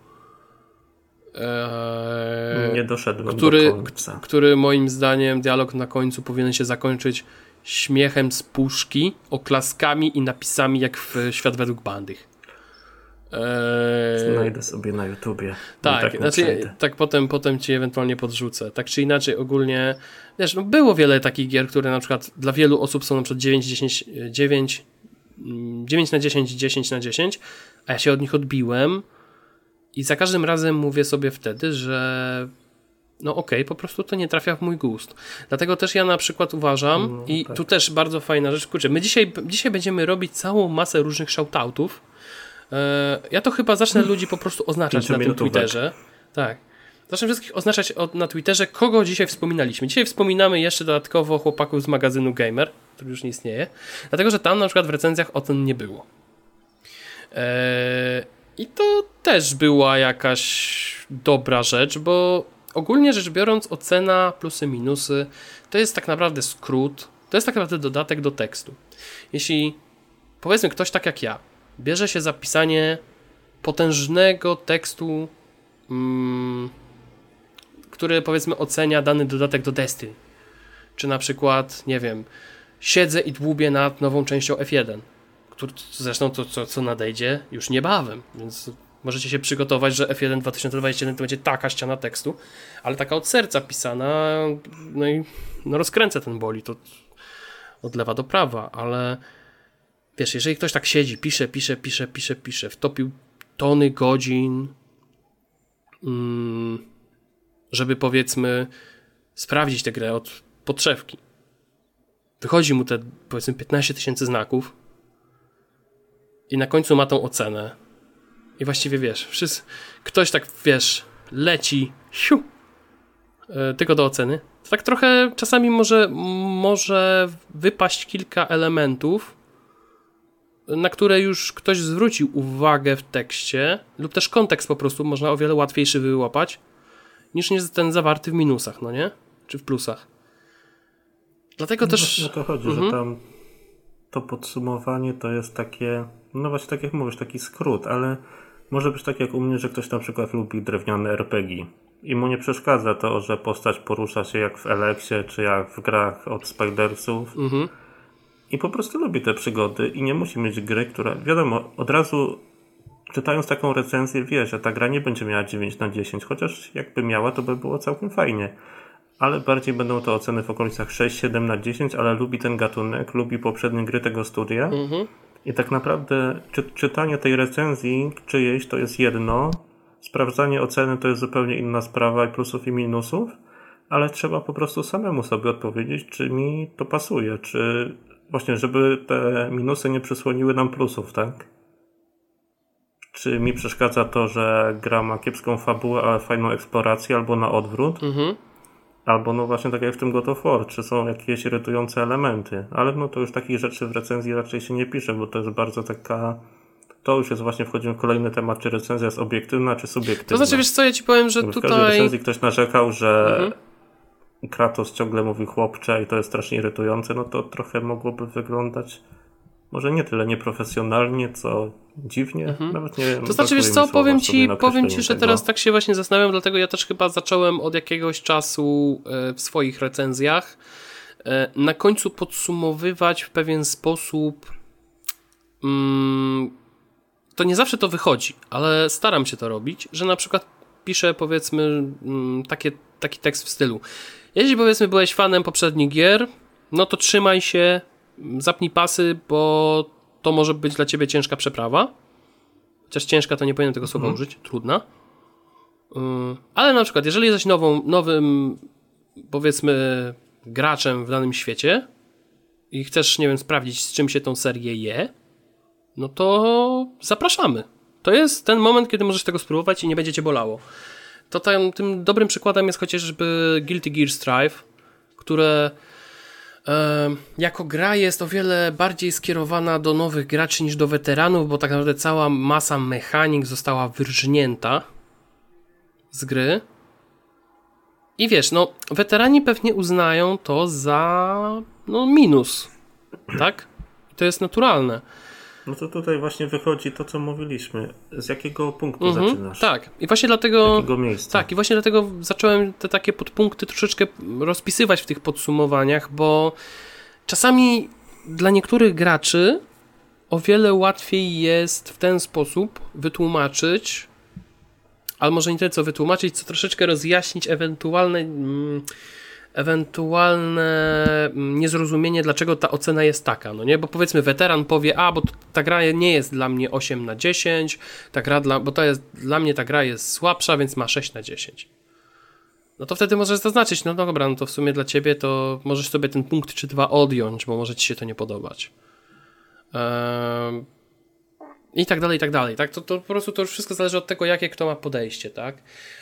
Eee, nie doszedłem który, do końca. Który moim zdaniem dialog na końcu powinien się zakończyć śmiechem z puszki, oklaskami i napisami jak w Świat według Bandych. Eee... Znajdę sobie na YouTubie. Tak, tak, znaczy, tak potem, potem ci ewentualnie podrzucę. Tak czy inaczej, ogólnie wiesz, no było wiele takich gier, które na przykład dla wielu osób są na przykład dziewięć, dziesięć, dziewięć, dziewięć na dziesięć, dziesięć na dziesięć, a ja się od nich odbiłem i za każdym razem mówię sobie wtedy, że no okej, okay, po prostu to nie trafia w mój gust. Dlatego też ja na przykład uważam no, i tak. tu też bardzo fajna rzecz, kurczę, my dzisiaj, dzisiaj będziemy robić całą masę różnych shoutoutów. Ja to chyba zacznę ludzi po prostu oznaczać na tym Twitterze. Tak. Zacznę wszystkich oznaczać na Twitterze, kogo dzisiaj wspominaliśmy. Dzisiaj wspominamy jeszcze dodatkowo chłopaków z magazynu Gamer, który już nie istnieje. Dlatego, że tam na przykład w recenzjach ocen nie było. Eee, I to też była jakaś dobra rzecz, bo ogólnie rzecz biorąc ocena plusy, minusy to jest tak naprawdę skrót, to jest tak naprawdę dodatek do tekstu. Jeśli powiedzmy ktoś tak jak ja bierze się za pisanie potężnego tekstu, mm, który powiedzmy ocenia dany dodatek do Destiny. Czy na przykład, nie wiem, siedzę i dłubię nad nową częścią F jeden, który, zresztą to, co, co nadejdzie już niebawem, więc możecie się przygotować, że F jeden dwa tysiące dwudziesty jeden to będzie taka ściana tekstu, ale taka od serca pisana, no i no rozkręcę ten boli, to od lewa do prawa, ale wiesz, jeżeli ktoś tak siedzi, pisze, pisze, pisze, pisze, pisze, wtopił tony godzin, mm, żeby powiedzmy sprawdzić tę grę od podszewki. Wychodzi mu te powiedzmy piętnaście tysięcy znaków i na końcu ma tą ocenę. I właściwie wiesz, wszyscy, ktoś tak wiesz, leci, siu, yy, tylko do oceny. To tak trochę czasami może, może wypaść kilka elementów, na które już ktoś zwrócił uwagę w tekście, lub też kontekst po prostu można o wiele łatwiejszy wyłapać, niż jest ten zawarty w minusach, no nie? Czy w plusach. Dlatego no też... o to chodzi, mhm. że tam to podsumowanie to jest takie, no właśnie tak jak mówisz, taki skrót, ale może być tak jak u mnie, że ktoś na przykład lubi drewniane er pe gie i mu nie przeszkadza to, że postać porusza się jak w Eleksie, czy jak w grach od Spidersów mhm. i po prostu lubi te przygody i nie musi mieć gry, która, wiadomo, od razu czytając taką recenzję wie, że ta gra nie będzie miała dziewięć na dziesięć, chociaż jakby miała, to by było całkiem fajnie. Ale bardziej będą to oceny w okolicach sześć siedem na dziesięć, ale lubi ten gatunek, lubi poprzednie gry tego studia. Mhm. I tak naprawdę czy, czytanie tej recenzji czyjejś to jest jedno, sprawdzanie oceny to jest zupełnie inna sprawa i plusów i minusów, ale trzeba po prostu samemu sobie odpowiedzieć, czy mi to pasuje, czy właśnie, żeby te minusy nie przysłoniły nam plusów, tak? Czy mi przeszkadza to, że gra ma kiepską fabułę, ale fajną eksplorację, albo na odwrót. Mhm. Albo no właśnie tak jak w tym God of War, czy są jakieś irytujące elementy. Ale no to już takich rzeczy w recenzji raczej się nie pisze, bo to jest bardzo taka... To już jest właśnie, wchodzimy w kolejny temat, czy recenzja jest obiektywna, czy subiektywna. To znaczy, wiesz co, ja ci powiem, że w tutaj... W każdej recenzji ktoś narzekał, że mhm. Kratos ciągle mówi chłopcze i to jest strasznie irytujące, no to trochę mogłoby wyglądać może nie tyle nieprofesjonalnie, co dziwnie. Mhm. Nawet nie wiem. To znaczy, wiesz co, powiem ci, powiem ci, że teraz tak się właśnie zastanawiam, dlatego ja też chyba zacząłem od jakiegoś czasu w swoich recenzjach na końcu podsumowywać w pewien sposób. To nie zawsze to wychodzi, ale staram się to robić, że na przykład piszę, powiedzmy, takie, taki tekst w stylu: jeśli, powiedzmy, byłeś fanem poprzednich gier, no to trzymaj się, zapnij pasy, bo to może być dla ciebie ciężka przeprawa. Chociaż ciężka to nie powinienem tego słowa mhm. użyć, trudna. Yy, ale na przykład, jeżeli jesteś nową, nowym, powiedzmy, graczem w danym świecie i chcesz, nie wiem, sprawdzić, z czym się tą serię je, no to zapraszamy. To jest ten moment, kiedy możesz tego spróbować i nie będzie cię bolało. To tam, tym dobrym przykładem jest chociażby Guilty Gear Strive, które jako gra jest o wiele bardziej skierowana do nowych graczy niż do weteranów, bo tak naprawdę cała masa mechanik została wyrżnięta z gry. I wiesz, no weterani pewnie uznają to za no minus, tak? I to jest naturalne. No to tutaj właśnie wychodzi to, co mówiliśmy. Z jakiego punktu mhm, zaczynasz? Tak. I właśnie dlatego. Z jakiego miejsca? Tak, i właśnie dlatego zacząłem te takie podpunkty troszeczkę rozpisywać w tych podsumowaniach, bo czasami dla niektórych graczy o wiele łatwiej jest w ten sposób wytłumaczyć, ale może nie tyle co wytłumaczyć, co troszeczkę rozjaśnić ewentualne. Mm, ewentualne niezrozumienie, dlaczego ta ocena jest taka, no nie? Bo powiedzmy weteran powie, a bo ta gra nie jest dla mnie osiem na dziesięć, ta gra dla, bo to jest, dla mnie ta gra jest słabsza, więc ma sześć na dziesięć. No to wtedy możesz zaznaczyć, no dobra, no to w sumie dla ciebie to możesz sobie ten punkt czy dwa odjąć, bo może ci się to nie podobać. Ehm, I tak dalej, i tak dalej, tak? To, to po prostu to już wszystko zależy od tego, jakie kto ma podejście, tak?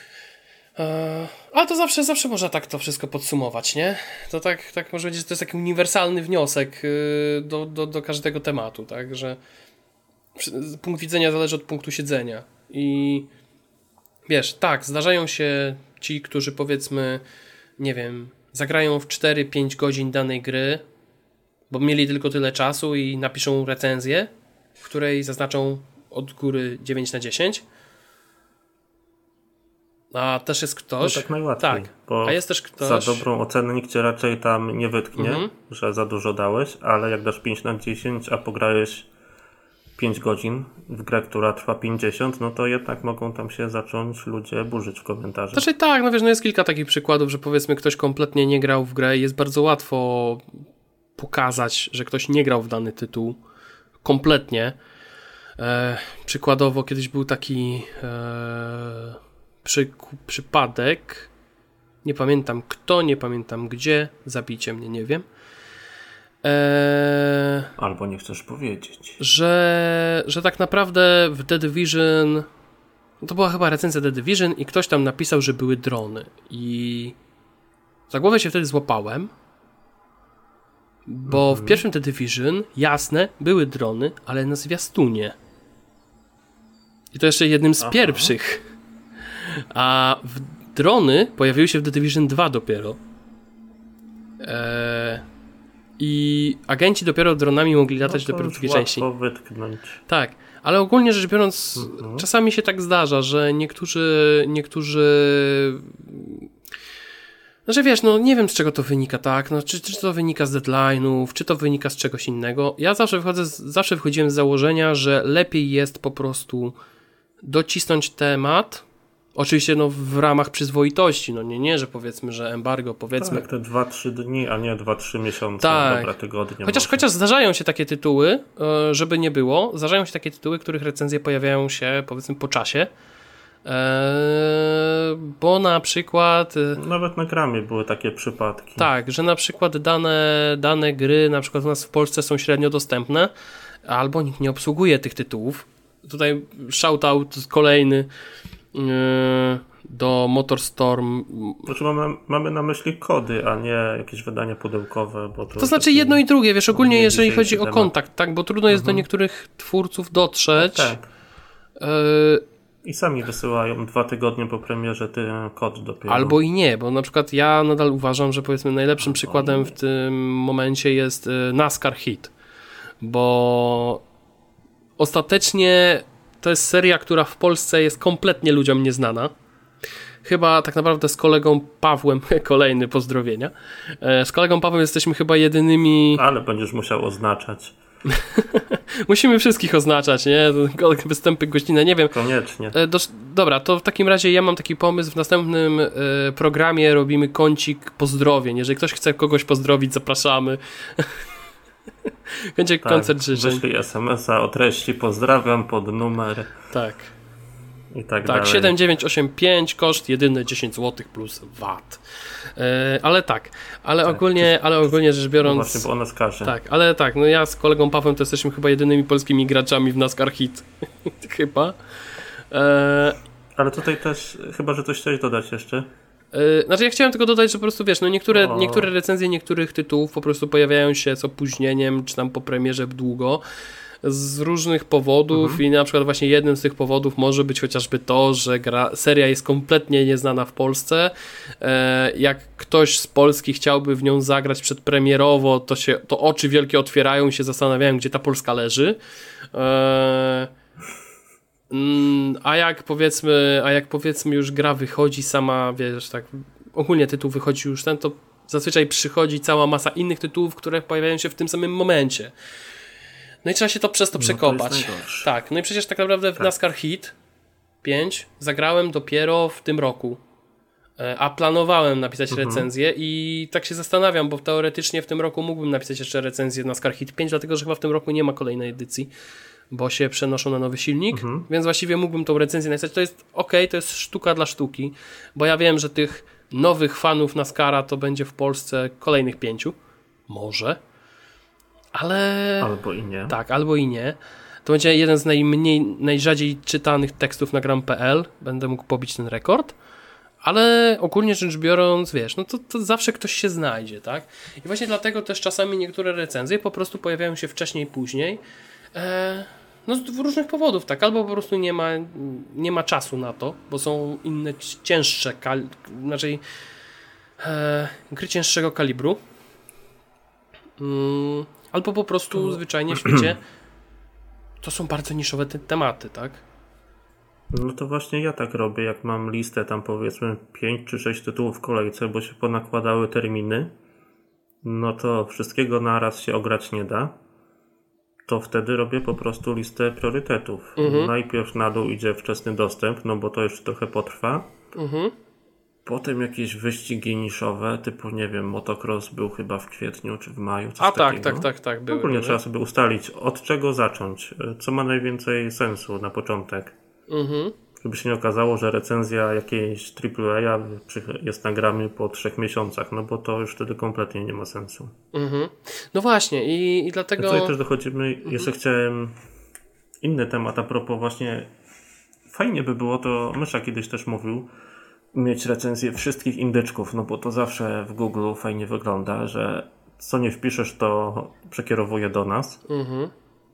Ale to zawsze, zawsze można tak to wszystko podsumować, nie? To tak, tak może powiedzieć, że to jest taki uniwersalny wniosek do, do, do każdego tematu, tak? Że punkt widzenia zależy od punktu siedzenia. I wiesz, tak, zdarzają się ci, którzy powiedzmy, nie wiem, zagrają w cztery pięć godzin danej gry, bo mieli tylko tyle czasu i napiszą recenzję, w której zaznaczą od góry dziewięć na dziesięć. A też jest ktoś... To tak najłatwiej, tak. Bo a jest też ktoś... za dobrą ocenę nikt cię raczej tam nie wytknie, mhm. że za dużo dałeś, ale jak dasz pięć na dziesięć, a pograłeś pięć godzin w grę, która trwa pięćdziesiąt, no to jednak mogą tam się zacząć ludzie burzyć w komentarzach. Znaczy tak, no wiesz, no jest kilka takich przykładów, że powiedzmy ktoś kompletnie nie grał w grę i jest bardzo łatwo pokazać, że ktoś nie grał w dany tytuł kompletnie. E, przykładowo kiedyś był taki... E, Przy, przypadek, nie pamiętam kto, nie pamiętam gdzie, zabijcie mnie, nie wiem. Eee, Albo nie chcesz powiedzieć. Że, że tak naprawdę w The Division, to była chyba recenzja The Division i ktoś tam napisał, że były drony. I za głowę się wtedy złapałem, bo mhm. w pierwszym The Division, jasne, były drony, ale na zwiastunie. I to jeszcze jednym z Aha. pierwszych. A w drony pojawiły się w The Division dwa dopiero. Eee, i agenci dopiero dronami mogli latać no dopiero w drugiej części. Łatwo wytknąć. Tak, ale ogólnie rzecz biorąc, mhm. czasami się tak zdarza, że niektórzy, niektórzy Znaczy wiesz, no nie wiem z czego to wynika, tak, no czy, czy to wynika z deadline'ów, czy to wynika z czegoś innego. Ja zawsze wychodzę, z, zawsze wychodziłem z założenia, że lepiej jest po prostu docisnąć temat, oczywiście no w ramach przyzwoitości, no nie, nie, że powiedzmy, że embargo, powiedzmy. Tak, te dwa trzy dni, a nie dwa trzy miesiące, tak. dobra, tygodnie. Chociaż, chociaż zdarzają się takie tytuły, żeby nie było, zdarzają się takie tytuły, których recenzje pojawiają się powiedzmy po czasie. Eee, bo na przykład nawet na Gramie były takie przypadki. Tak, że na przykład dane, dane gry na przykład u nas w Polsce są średnio dostępne, albo nikt nie obsługuje tych tytułów. Tutaj shoutout kolejny yy, do MotorStorm. Znaczy mamy, mamy na myśli kody, a nie jakieś wydania pudełkowe. Bo to to znaczy jedno i drugie, wiesz, ogólnie jeżeli chodzi o kontakt, tak, bo trudno jest mhm. do niektórych twórców dotrzeć. Tak. Yy, I sami wysyłają dwa tygodnie po premierze ten kod dopiero. Albo i nie, bo na przykład ja nadal uważam, że powiedzmy najlepszym Albo przykładem w tym momencie jest NASCAR Heat, bo ostatecznie to jest seria, która w Polsce jest kompletnie ludziom nieznana. Chyba tak naprawdę z kolegą Pawłem, kolejny pozdrowienia, z kolegą Pawłem jesteśmy chyba jedynymi... Ale będziesz musiał oznaczać. Musimy wszystkich oznaczać, nie? Występy gościnne, nie wiem. Koniecznie. Do, dobra, to w takim razie ja mam taki pomysł, w następnym y, programie robimy kącik pozdrowień. Jeżeli ktoś chce kogoś pozdrowić, zapraszamy. Będzie tak, koncert życzeń. Wyślij es em es a o treści pozdrawiam pod numer. Tak. I tak, tak dalej. siedem dziewięć osiem pięć, koszt jedyny dziesięć złotych plus V A T. Yy, ale tak, ale tak, ogólnie, ale ogólnie rzecz biorąc. No właśnie, bo o NASCARze. Tak, ale tak, no ja z kolegą Pawłem to jesteśmy chyba jedynymi polskimi graczami w NASCAR Heat. chyba. Yy, ale tutaj też, chyba że coś chciałeś dodać jeszcze. Yy, znaczy ja chciałem tylko dodać, że po prostu wiesz, no niektóre, niektóre recenzje niektórych tytułów po prostu pojawiają się z opóźnieniem, czy tam po premierze długo. Z różnych powodów mhm. i na przykład właśnie jednym z tych powodów może być chociażby to, że gra, seria jest kompletnie nieznana w Polsce. E, jak ktoś z Polski chciałby w nią zagrać przedpremierowo, to się to oczy wielkie otwierają i się zastanawiają, gdzie ta Polska leży. E, mm, a jak powiedzmy, a jak powiedzmy już gra wychodzi sama, wiesz, tak ogólnie tytuł wychodzi już ten, to zazwyczaj przychodzi cała masa innych tytułów, które pojawiają się w tym samym momencie. No i trzeba się to przez to przekopać. No to tak, no i przecież tak naprawdę w tak. NASCAR Heat pięć zagrałem dopiero w tym roku. A planowałem napisać mhm. recenzję i tak się zastanawiam, bo teoretycznie w tym roku mógłbym napisać jeszcze recenzję NASCAR Heat pięć, dlatego że chyba w tym roku nie ma kolejnej edycji, bo się przenoszą na nowy silnik, mhm. więc właściwie mógłbym tą recenzję napisać. To jest okej, okay, to jest sztuka dla sztuki, bo ja wiem, że tych nowych fanów NASCARa to będzie w Polsce kolejnych pięciu. Może. Ale... Albo i nie. Tak, albo i nie. To będzie jeden z najmniej, najrzadziej czytanych tekstów na gram kropka p l. Będę mógł pobić ten rekord. Ale ogólnie rzecz biorąc, wiesz, no to, to zawsze ktoś się znajdzie, tak? I właśnie dlatego też czasami niektóre recenzje po prostu pojawiają się wcześniej, później. E, no z różnych powodów, tak? Albo po prostu nie ma, nie ma czasu na to, bo są inne cięższe, kal- znaczy e, gry cięższego kalibru. Mm. Albo po prostu zwyczajnie w świecie to są bardzo niszowe te tematy, tak? No to właśnie ja tak robię, jak mam listę tam powiedzmy pięć czy sześć tytułów w kolejce, bo się ponakładały terminy, no to wszystkiego naraz się ograć nie da, to wtedy robię po prostu listę priorytetów. Mhm. Najpierw na dół idzie wczesny dostęp, no bo to już trochę potrwa. Mhm. Potem jakieś wyścigi niszowe, typu nie wiem, motocross był chyba w kwietniu czy w maju, coś A tak, takiego. tak, tak, tak. Były, Ogólnie były. trzeba sobie ustalić, od czego zacząć, co ma najwięcej sensu na początek. Mhm. Żeby się nie okazało, że recenzja jakiejś triple A jest na Gramie po trzech miesiącach, no bo to już wtedy kompletnie nie ma sensu. Mhm. No właśnie i, i dlatego... Tutaj też dochodzimy, mhm. jeszcze chciałem inny temat a propos właśnie, fajnie by było, to Mysza kiedyś też mówił, mieć recenzję wszystkich indyczków, no bo to zawsze w Google fajnie wygląda, że co nie wpiszesz, to przekierowuje do nas. Mhm.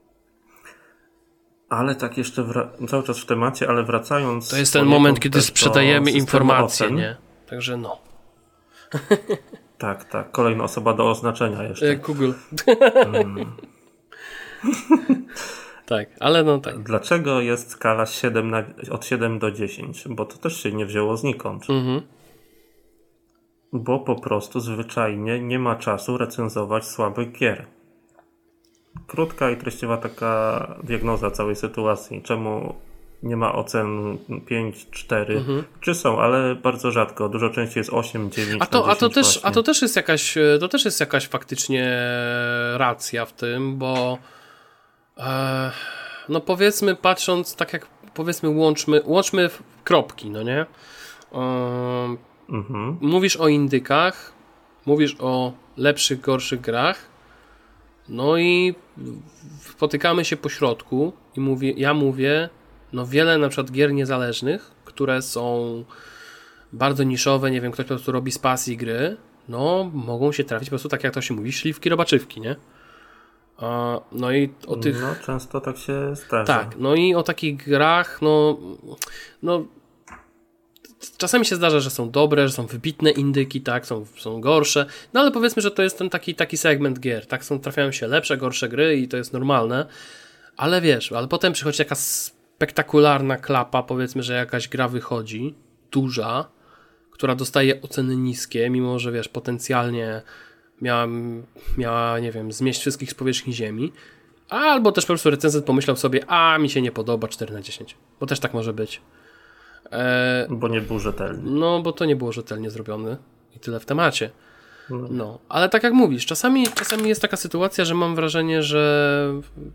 Ale tak jeszcze wra- cały czas w temacie, ale wracając... To jest ten moment, kiedy sprzedajemy informacje, nie? Także no. Tak, tak. Kolejna osoba do oznaczenia jeszcze. Google. Mm. Tak, ale no tak. Dlaczego jest skala siedem na, od siedem do dziesięć? Bo to też się nie wzięło znikąd. Mhm. Bo po prostu zwyczajnie nie ma czasu recenzować słabych gier. Krótka i treściwa taka diagnoza całej sytuacji. Czemu nie ma ocen pięć, cztery? Mhm. Czy są, ale bardzo rzadko. Dużo częściej jest osiem, dziewięć. A to, na dziesięć a to też, właśnie. a to też jest jakaś, to też jest jakaś faktycznie racja w tym, bo e, no powiedzmy, patrząc tak jak powiedzmy łączmy, łączmy kropki, no nie? E, mhm. Mówisz o indykach, mówisz o lepszych, gorszych grach, no i spotykamy się po środku i mówię, ja mówię, no wiele na przykład gier niezależnych, które są bardzo niszowe, nie wiem, ktoś po prostu robi z pasji gry, no mogą się trafić po prostu, tak jak to się mówi, śliwki robaczywki, nie? A, no i o tych... No często tak się zdarza. Tak, no i o takich grach, no, no czasami się zdarza, że są dobre, że są wybitne indyki, tak, są, są gorsze, no ale powiedzmy, że to jest ten taki, taki segment gier, tak, są, trafiają się lepsze, gorsze gry i to jest normalne, ale wiesz, ale potem przychodzi taka spektakularna klapa, powiedzmy, że jakaś gra wychodzi, duża, która dostaje oceny niskie, mimo że wiesz, potencjalnie miała, miała, nie wiem, zmieść wszystkich z powierzchni ziemi, albo też po prostu recenzent pomyślał sobie, a mi się nie podoba, cztery na dziesięć, bo też tak może być. E, bo nie był rzetelny. No, bo to nie było rzetelnie zrobione i tyle w temacie. No, no. Ale tak jak mówisz, czasami, czasami jest taka sytuacja, że mam wrażenie, że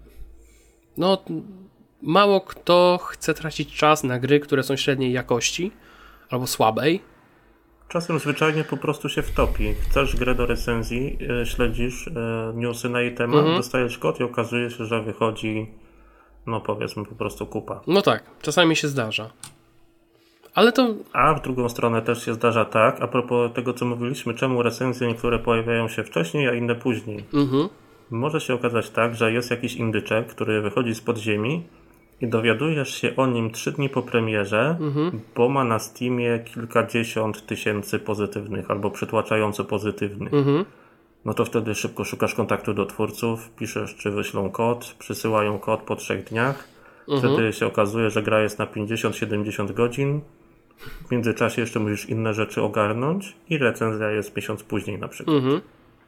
no, mało kto chce tracić czas na gry, które są średniej jakości albo słabej. Czasem zwyczajnie po prostu się wtopi. Chcesz grę do recenzji, yy, śledzisz yy, newsy na jej temat, mhm. dostajesz kod i okazuje się, że wychodzi, no powiedzmy, po prostu kupa. No tak, czasami się zdarza. Ale to... A w drugą stronę też się zdarza tak, a propos tego, co mówiliśmy, czemu recenzje niektóre pojawiają się wcześniej, a inne później. Mhm. Może się okazać tak, że jest jakiś indyczek, który wychodzi z podziemi i dowiadujesz się o nim trzy dni po premierze, mhm. bo ma na Steamie kilkadziesiąt tysięcy pozytywnych albo przytłaczająco pozytywnych. Mhm. No to wtedy szybko szukasz kontaktu do twórców, piszesz, czy wyślą kod, przysyłają kod po trzech dniach. Mhm. Wtedy się okazuje, że gra jest na pięćdziesiąt siedemdziesiąt godzin. W międzyczasie jeszcze musisz inne rzeczy ogarnąć i recenzja jest miesiąc później na przykład. Mhm.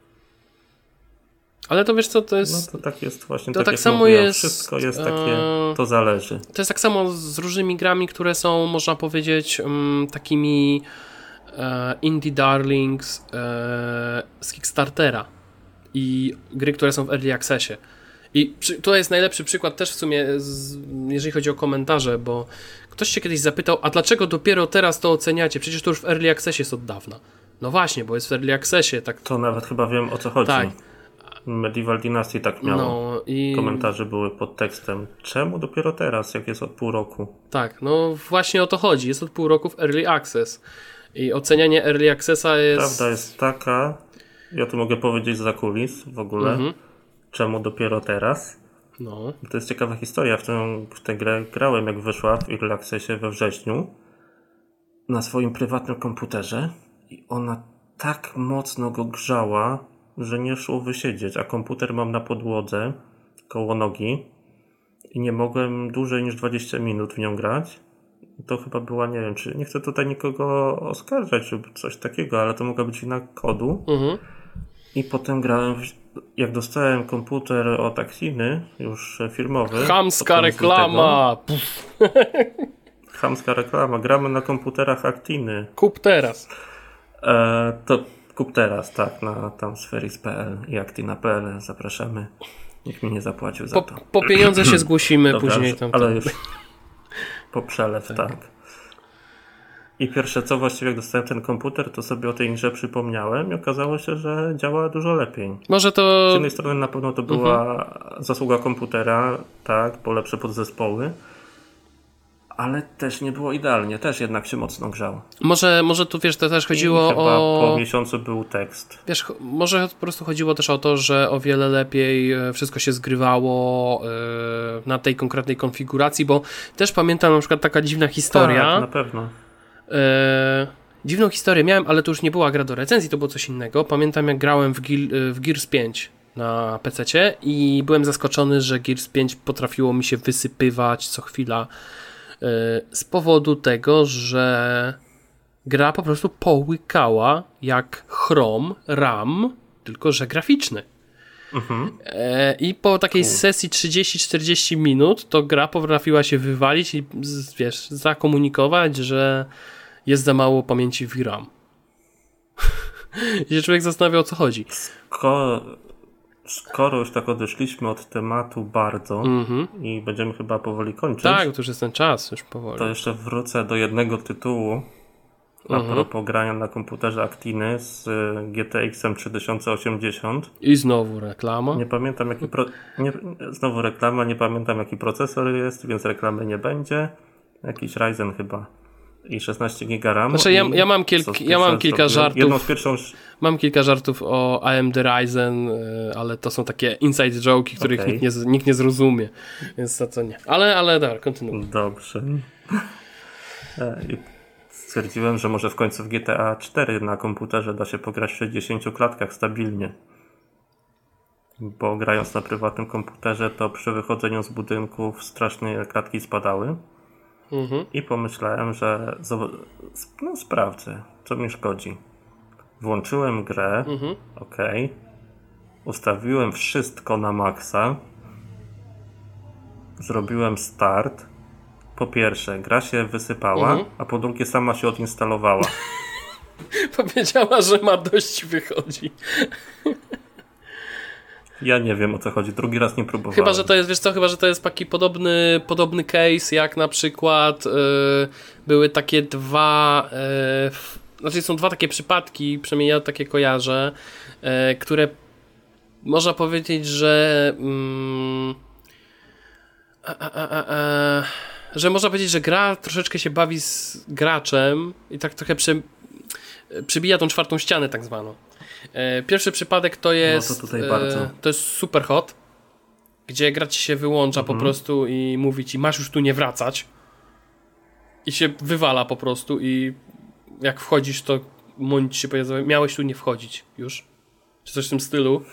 Ale to wiesz co, to jest... No to tak jest właśnie, to tak, tak jak samo mówiłem, jest, wszystko jest takie, to zależy. To jest tak samo z różnymi grami, które są, można powiedzieć, um, takimi e, indie darlings e, z Kickstartera i gry, które są w Early Accessie. I przy, to jest najlepszy przykład też w sumie, z, jeżeli chodzi o komentarze, bo ktoś się kiedyś zapytał, a dlaczego dopiero teraz to oceniacie? Przecież to już w Early Accessie jest od dawna. No właśnie, bo jest w Early Accessie. Tak... To nawet chyba wiem, o co chodzi. Tak. Medieval Dynasty tak miało. No, i... Komentarze były pod tekstem. Czemu dopiero teraz, jak jest od pół roku? Tak, no właśnie o to chodzi. Jest od pół roku w Early Access. I ocenianie Early Accessa jest... Prawda jest taka, ja tu mogę powiedzieć za kulis w ogóle, mhm. czemu dopiero teraz? No. To jest ciekawa historia. W tę, w tę grę grałem, jak wyszła w Early Accessie we wrześniu na swoim prywatnym komputerze i ona tak mocno go grzała, że nie szło wysiedzieć, a komputer mam na podłodze koło nogi i nie mogłem dłużej niż dwadzieścia minut w nią grać. To chyba była, nie wiem, czy nie chcę tutaj nikogo oskarżać lub coś takiego, ale to mogła być wina kodu. Mhm. I potem grałem, w, jak dostałem komputer od Actiny, już firmowy. Chamska reklama! Chamska reklama. Gramy na komputerach Actiny. Kup teraz. E, to kup teraz, tak, na tam spherix kropka p l i actina kropka p l. Zapraszamy. Nikt mi nie zapłacił za po, to. Po pieniądze się zgłosimy Dobra, później. Tam, ale tam. już po przelew, tak. tak. I pierwsze co, właściwie jak dostałem ten komputer, to sobie o tej grze przypomniałem i okazało się, że działa dużo lepiej. Może to... Z jednej strony na pewno to była mhm. zasługa komputera, tak, bo lepsze podzespoły, ale też nie było idealnie, też jednak się mocno grzał. Może, może tu, wiesz, to też chodziło I chyba o... po miesiącu był tekst. Wiesz, może po prostu chodziło też o to, że o wiele lepiej wszystko się zgrywało yy, na tej konkretnej konfiguracji, bo też pamiętam na przykład taka dziwna historia. Tak, na pewno. Yy, dziwną historię miałem, ale to już nie była gra do recenzji, to było coś innego. Pamiętam, jak grałem w, Gil, w Gears pięć na pececie i byłem zaskoczony, że Gears pięć potrafiło mi się wysypywać co chwila yy, z powodu tego, że gra po prostu połykała jak Chrome, RAM, tylko że graficzny. Mhm. E, I po takiej cool. sesji trzydzieści czterdzieści minut to gra potrafiła się wywalić i wiesz, zakomunikować, że jest za mało pamięci w RAM. I się człowiek zastanawia, o co chodzi. Skoro, skoro już tak odeszliśmy od tematu bardzo mhm. i będziemy chyba powoli kończyć. Tak, to już jest ten czas już powoli. To jeszcze wrócę do jednego tytułu a mhm. propos grania na komputerze Actiny z G T X-em trzydzieści osiemdziesiąt. I znowu reklama. Nie pamiętam jaki pro... nie... Znowu reklama, nie pamiętam jaki procesor jest, więc reklamy nie będzie. Jakiś Ryzen chyba. I szesnaście giga RAM. Znaczy ja, ja mam, kilk, ja mam kilka żartów. Jedną z pierwszą... Mam kilka żartów o A M D Ryzen, ale to są takie inside joke'i, których okay. nikt, nie, nikt nie zrozumie. Więc za co nie. Ale, ale dobra, kontynuuj. Dobrze. I stwierdziłem, że może w końcu w G T A cztery na komputerze da się pograć w sześćdziesięciu klatkach stabilnie. Bo grając na prywatnym komputerze, to przy wychodzeniu z budynków strasznie klatki spadały. Mhm. I pomyślałem, że no, sprawdzę, co mi szkodzi. Włączyłem grę, mhm. ok, ustawiłem wszystko na maksa, zrobiłem start. Po pierwsze, gra się wysypała, mhm. a po drugie sama się odinstalowała. Powiedziała, że ma dość, wychodzi. Ja nie wiem, o co chodzi. Drugi raz nie próbowałem. Chyba, że to jest, wiesz co, chyba, że to jest taki podobny, podobny case, jak na przykład yy, były takie dwa, yy, znaczy są dwa takie przypadki, przynajmniej ja takie kojarzę, yy, które można powiedzieć, że yy, a, a, a, a, że można powiedzieć, że gra troszeczkę się bawi z graczem i tak trochę przy, przybija tą czwartą ścianę tak zwaną. Pierwszy przypadek to jest no to, tutaj bardzo. to jest Superhot, gdzie gracz się wyłącza mhm. po prostu i mówi ci, masz już tu nie wracać i się wywala po prostu i jak wchodzisz, to monitor się pojawia, miałeś tu nie wchodzić już, czy coś w tym stylu.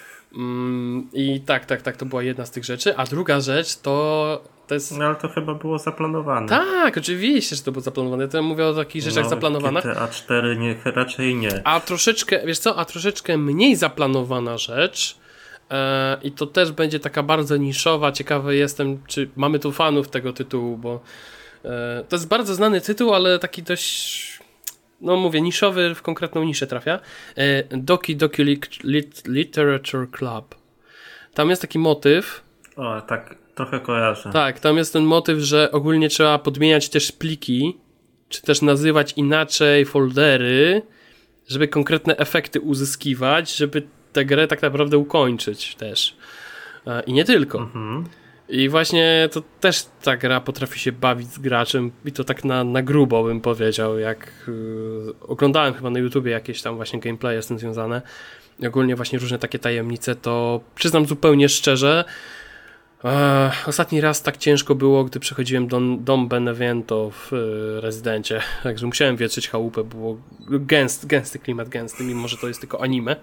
I tak, tak, tak, to była jedna z tych rzeczy, a druga rzecz to to jest... No ale to chyba było zaplanowane. Tak, oczywiście, że to było zaplanowane. Ja mówię o takich rzeczach no, zaplanowanych. G T A cztery nie, raczej nie. A troszeczkę, wiesz co, a troszeczkę mniej zaplanowana rzecz e, i to też będzie taka bardzo niszowa. Ciekawy jestem, czy mamy tu fanów tego tytułu, bo e, to jest bardzo znany tytuł, ale taki dość, no mówię, niszowy, w konkretną niszę trafia. E, Doki Doki Lit- Literature Club. Tam jest taki motyw. O, tak. Trochę kojarzę. Tak, tam jest ten motyw, że ogólnie trzeba podmieniać też pliki, czy też nazywać inaczej foldery, żeby konkretne efekty uzyskiwać, żeby tę grę tak naprawdę ukończyć też. I nie tylko. Mhm. I właśnie to też ta gra potrafi się bawić z graczem i to tak na, na grubo bym powiedział, jak yy, oglądałem chyba na YouTubie jakieś tam właśnie gameplaye z tym związane, i ogólnie właśnie różne takie tajemnice, to przyznam zupełnie szczerze, Ech, ostatni raz tak ciężko było, gdy przechodziłem dom, dom Benevento w y, rezydencie, także musiałem wietrzyć chałupę, było gęsty, gęsty klimat, gęsty, mimo że to jest tylko anime.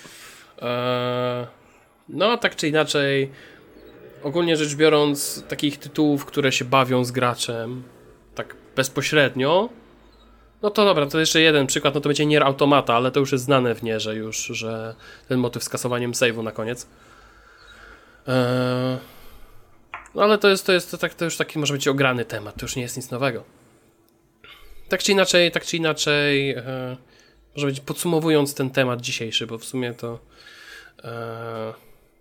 Eee, no tak czy inaczej, ogólnie rzecz biorąc, takich tytułów, które się bawią z graczem tak bezpośrednio, no to dobra, to jeszcze jeden przykład, no to będzie Nier Automata, ale to już jest znane w Nierze już, że ten motyw z kasowaniem save'u na koniec. Eee, No ale to jest, to jest to, tak, to już taki może być ograny temat, to już nie jest nic nowego. Tak czy inaczej, tak czy inaczej, e, może być podsumowując ten temat dzisiejszy, bo w sumie to e,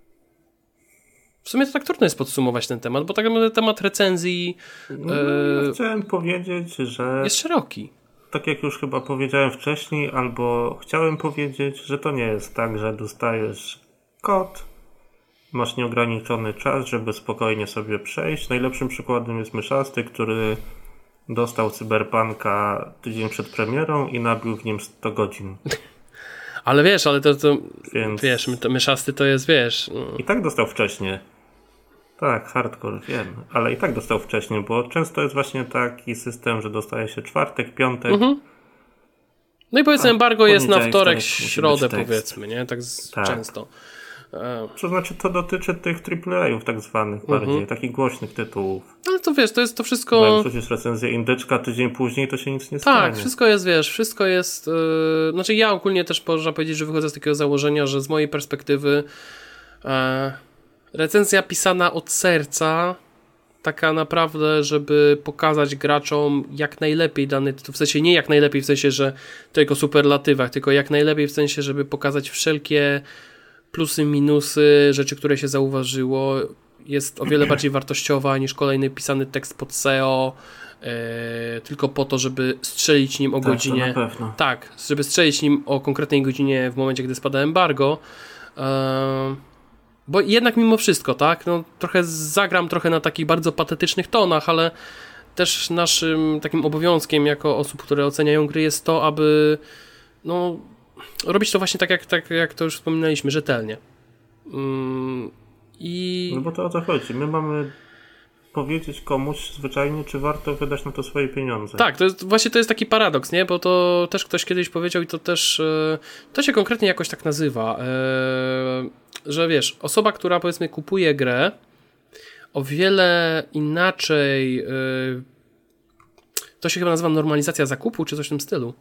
w sumie to tak trudno jest podsumować ten temat, bo tak naprawdę temat recenzji e, no, ja chciałem powiedzieć, że jest szeroki. Tak jak już chyba powiedziałem wcześniej, albo chciałem powiedzieć, że to nie jest tak, że dostajesz kod, masz nieograniczony czas, żeby spokojnie sobie przejść. Najlepszym przykładem jest Myszasty, który dostał Cyberpunka tydzień przed premierą i nabił w nim sto godzin. Ale wiesz, ale to, to Więc... wiesz, to Myszasty to jest, wiesz... No. I tak dostał wcześniej. Tak, hardcore, wiem. Ale i tak dostał wcześniej, bo często jest właśnie taki system, że dostaje się czwartek, piątek, mhm. No i powiedzmy, embargo jest na wtorek, wtorek środę powiedzmy, nie? Tak, z, tak. często. To znaczy to dotyczy tych triple A-ów tak zwanych bardziej, mhm. takich głośnych tytułów. Ale to wiesz, to jest to wszystko... Bo jak wrzucisz recenzję indyczka, tydzień później to się nic nie stanie. Tak, wszystko jest, wiesz, wszystko jest... Yy... Znaczy ja ogólnie też można powiedzieć, że wychodzę z takiego założenia, że z mojej perspektywy yy, recenzja pisana od serca, taka naprawdę, żeby pokazać graczom jak najlepiej dany tytuł, w sensie nie jak najlepiej w sensie, że tylko superlatywach, tylko jak najlepiej w sensie, żeby pokazać wszelkie plusy, minusy, rzeczy, które się zauważyło, jest o wiele bardziej wartościowa niż kolejny pisany tekst pod S E O, yy, tylko po to, żeby strzelić nim o tak, godzinie. To na pewno. Tak, żeby strzelić nim o konkretnej godzinie w momencie, gdy spada embargo. Yy, bo jednak mimo wszystko, tak, no trochę zagram trochę na takich bardzo patetycznych tonach, ale też naszym takim obowiązkiem jako osób, które oceniają gry jest to, aby no robić to właśnie tak jak, tak, jak to już wspominaliśmy, rzetelnie. Mm, i... No bo to o co chodzi? My mamy powiedzieć komuś zwyczajnie, czy warto wydać na to swoje pieniądze. Tak, to jest, właśnie to jest taki paradoks, nie? Bo to też ktoś kiedyś powiedział i to też, to się konkretnie jakoś tak nazywa, że wiesz, osoba, która powiedzmy kupuje grę, o wiele inaczej, to się chyba nazywa normalizacja zakupu, czy coś w tym stylu,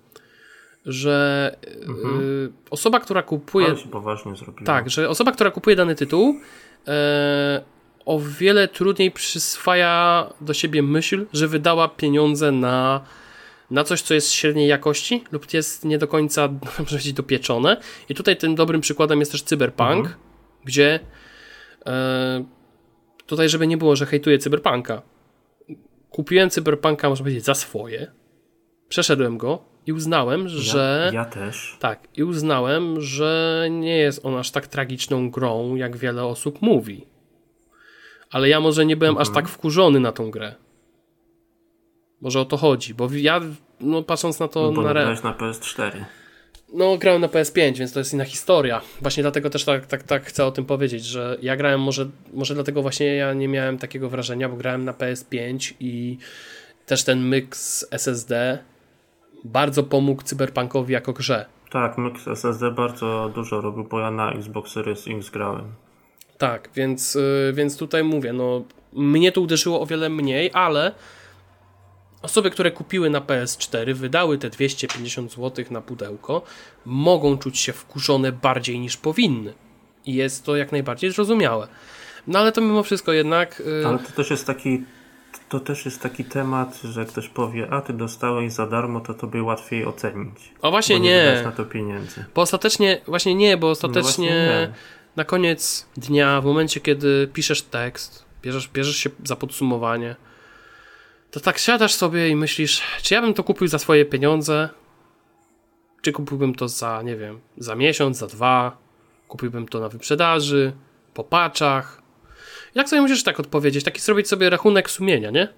że mhm. y, osoba, która kupuje... Ale się poważnie zrobiło. Tak, że osoba, która kupuje dany tytuł y, o wiele trudniej przyswaja do siebie myśl, że wydała pieniądze na, na coś, co jest średniej jakości lub jest nie do końca można powiedzieć, dopieczone. I tutaj tym dobrym przykładem jest też Cyberpunk, mhm. gdzie y, tutaj, żeby nie było, że hejtuję Cyberpunka. Kupiłem Cyberpunka, można powiedzieć, za swoje. Przeszedłem go i uznałem, że... Ja, ja też. Tak, i uznałem, że nie jest on aż tak tragiczną grą, jak wiele osób mówi. Ale ja może nie byłem mhm. aż tak wkurzony na tą grę. Może o to chodzi, bo ja, no patrząc na to... No bo na grałeś na P S cztery. No, grałem na P S pięć, więc to jest inna historia. Właśnie dlatego też tak, tak, tak chcę o tym powiedzieć, że ja grałem, może, może dlatego właśnie ja nie miałem takiego wrażenia, bo grałem na P S pięć i też ten mix S S D bardzo pomógł Cyberpunkowi jako grze. Tak, mix S S D bardzo dużo robił, bo ja na Xbox Series X grałem. Tak, więc, yy, więc tutaj mówię, no mnie to uderzyło o wiele mniej, ale osoby, które kupiły na P S cztery, wydały te dwieście pięćdziesiąt złotych na pudełko, mogą czuć się wkurzone bardziej niż powinny. I jest to jak najbardziej zrozumiałe. No ale to mimo wszystko jednak... Yy... Ale to też jest taki to też jest taki temat, że ktoś powie, a ty dostałeś za darmo, to tobie łatwiej ocenić. O właśnie bo nie. nie wydasz na to pieniędzy. Bo ostatecznie, właśnie nie, bo ostatecznie no nie. Na koniec dnia, w momencie kiedy piszesz tekst, bierzesz, bierzesz się za podsumowanie, to tak siadasz sobie i myślisz, czy ja bym to kupił za swoje pieniądze, czy kupiłbym to za, nie wiem, za miesiąc, za dwa, kupiłbym to na wyprzedaży, po patchach. Jak sobie musisz tak odpowiedzieć, taki zrobić sobie rachunek sumienia, nie?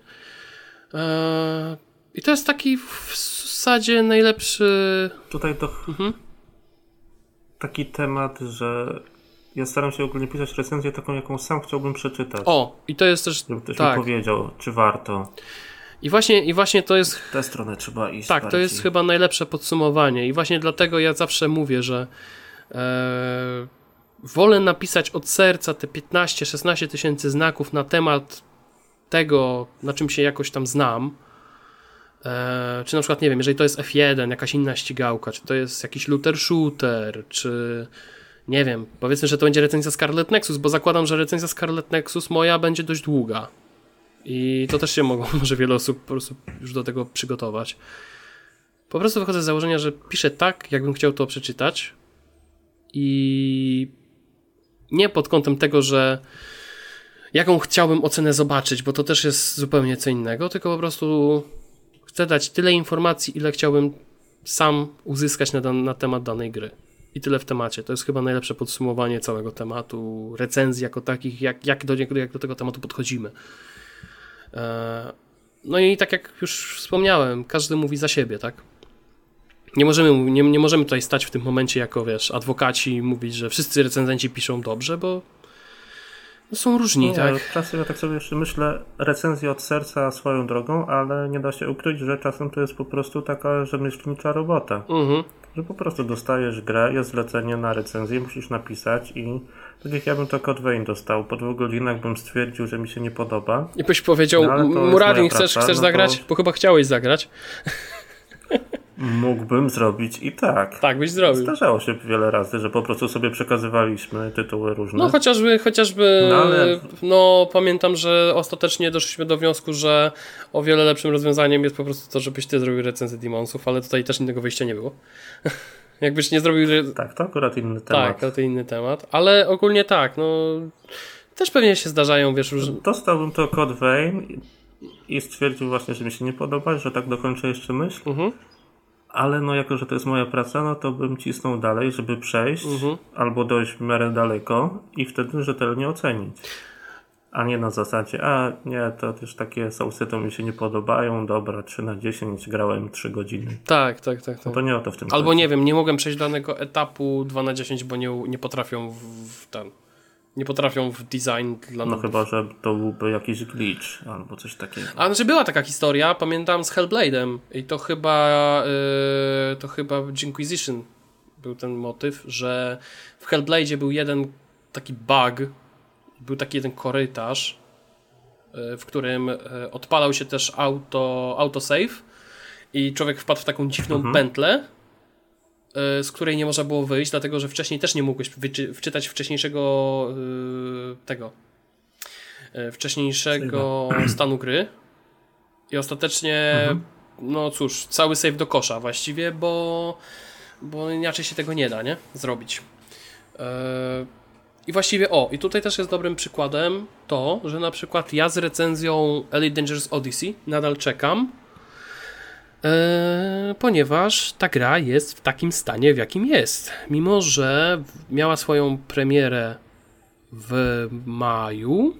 Eee, I to jest taki w zasadzie najlepszy... Tutaj to mhm. taki temat, że ja staram się ogólnie pisać recenzję taką, jaką sam chciałbym przeczytać. O, i to jest też... Żeby ktoś tak. mi powiedział, czy warto. I właśnie, I właśnie to jest... W tę stronę trzeba iść. Tak, bardziej. To jest chyba najlepsze podsumowanie i właśnie dlatego ja zawsze mówię, że e, wolę napisać od serca te piętnaście szesnaście tysięcy znaków na temat tego, na czym się jakoś tam znam, e, czy na przykład, nie wiem, jeżeli to jest F jeden, jakaś inna ścigałka, czy to jest jakiś looter shooter, czy nie wiem, powiedzmy, że to będzie recenzja Scarlet Nexus, bo zakładam, że recenzja Scarlet Nexus moja będzie dość długa. I to też się mogło, może wiele osób po prostu już do tego przygotować. Po prostu wychodzę z założenia, że piszę tak, jakbym chciał to przeczytać i nie pod kątem tego, że jaką chciałbym ocenę zobaczyć, bo to też jest zupełnie co innego, tylko po prostu chcę dać tyle informacji, ile chciałbym sam uzyskać na, dan- na temat danej gry. I tyle w temacie. To jest chyba najlepsze podsumowanie całego tematu, recenzji jako takich, jak, jak, do, jak do tego tematu podchodzimy. No i tak jak już wspomniałem, każdy mówi za siebie, tak? Nie możemy, nie, nie możemy tutaj stać w tym momencie jako, wiesz, adwokaci i mówić, że wszyscy recenzenci piszą dobrze, bo są różni, nie, tak? Czasem ja tak sobie jeszcze myślę, recenzja od serca swoją drogą, ale nie da się ukryć, że czasem to jest po prostu taka rzemieślnicza robota. Mhm. Że po prostu dostajesz grę, jest zlecenie na recenzję, musisz napisać i tak jak ja bym to Code Vein dostał, po dwóch godzinach bym stwierdził, że mi się nie podoba. I byś powiedział, no, Muradin, chcesz, praca, chcesz no zagrać? to... Bo chyba chciałeś zagrać. Mógłbym zrobić i tak. Tak, byś zrobił. Zdarzało się wiele razy, że po prostu sobie przekazywaliśmy tytuły różne. No chociażby, chociażby no, ale... no pamiętam, że ostatecznie doszliśmy do wniosku, że o wiele lepszym rozwiązaniem jest po prostu to, żebyś ty zrobił recenzję Demonsów, ale tutaj też innego wyjścia nie było. Jakbyś nie zrobił... Tak, to akurat inny temat. Tak, to inny temat, ale ogólnie tak, no też pewnie się zdarzają, wiesz... Że... Dostałbym to Code Vein i stwierdził właśnie, że mi się nie podoba, że tak dokończę jeszcze myśl. Mhm. Ale no jako, że to jest moja praca, no to bym cisnął dalej, żeby przejść mhm. albo dojść w miarę daleko i wtedy rzetelnie ocenić. A nie na zasadzie, a nie, to też takie sousy to mi się nie podobają, dobra, trzy na dziesięć, grałem trzy godziny. Tak, tak, tak. tak. No to nie o to w tym Albo chodzi. nie wiem, nie mogłem przejść danego etapu dwa na dziesięć, bo nie, nie potrafią w, w ten... Nie potrafią w design dla No nudów. chyba, że to byłby jakiś glitch albo coś takiego. A znaczy była taka historia, pamiętam z Hellblade'em i to chyba yy, to chyba w Inquisition był ten motyw, że w Hellblade'zie był jeden taki bug, był taki jeden korytarz, yy, w którym yy, odpalał się też auto, autosave i człowiek wpadł w taką dziwną mhm. pętlę, z której nie można było wyjść, dlatego że wcześniej też nie mogłeś wyczy- wczytać wcześniejszego yy, tego yy, wcześniejszego stanu gry i ostatecznie mhm. no cóż, cały save do kosza właściwie, bo bo inaczej się tego nie da, nie? Zrobić. Yy, I właściwie o, i tutaj też jest dobrym przykładem to, że na przykład ja z recenzją Elite Dangerous Odyssey nadal czekam, Eee, ponieważ ta gra jest w takim stanie, w jakim jest. Mimo że miała swoją premierę w maju,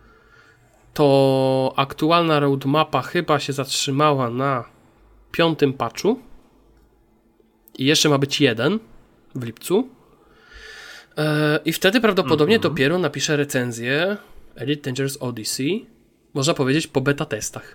to aktualna roadmapa chyba się zatrzymała na piątym patchu i jeszcze ma być jeden w lipcu. Eee, I wtedy prawdopodobnie mm-hmm. dopiero napiszę recenzję Elite Dangerous Odyssey, można powiedzieć po beta testach.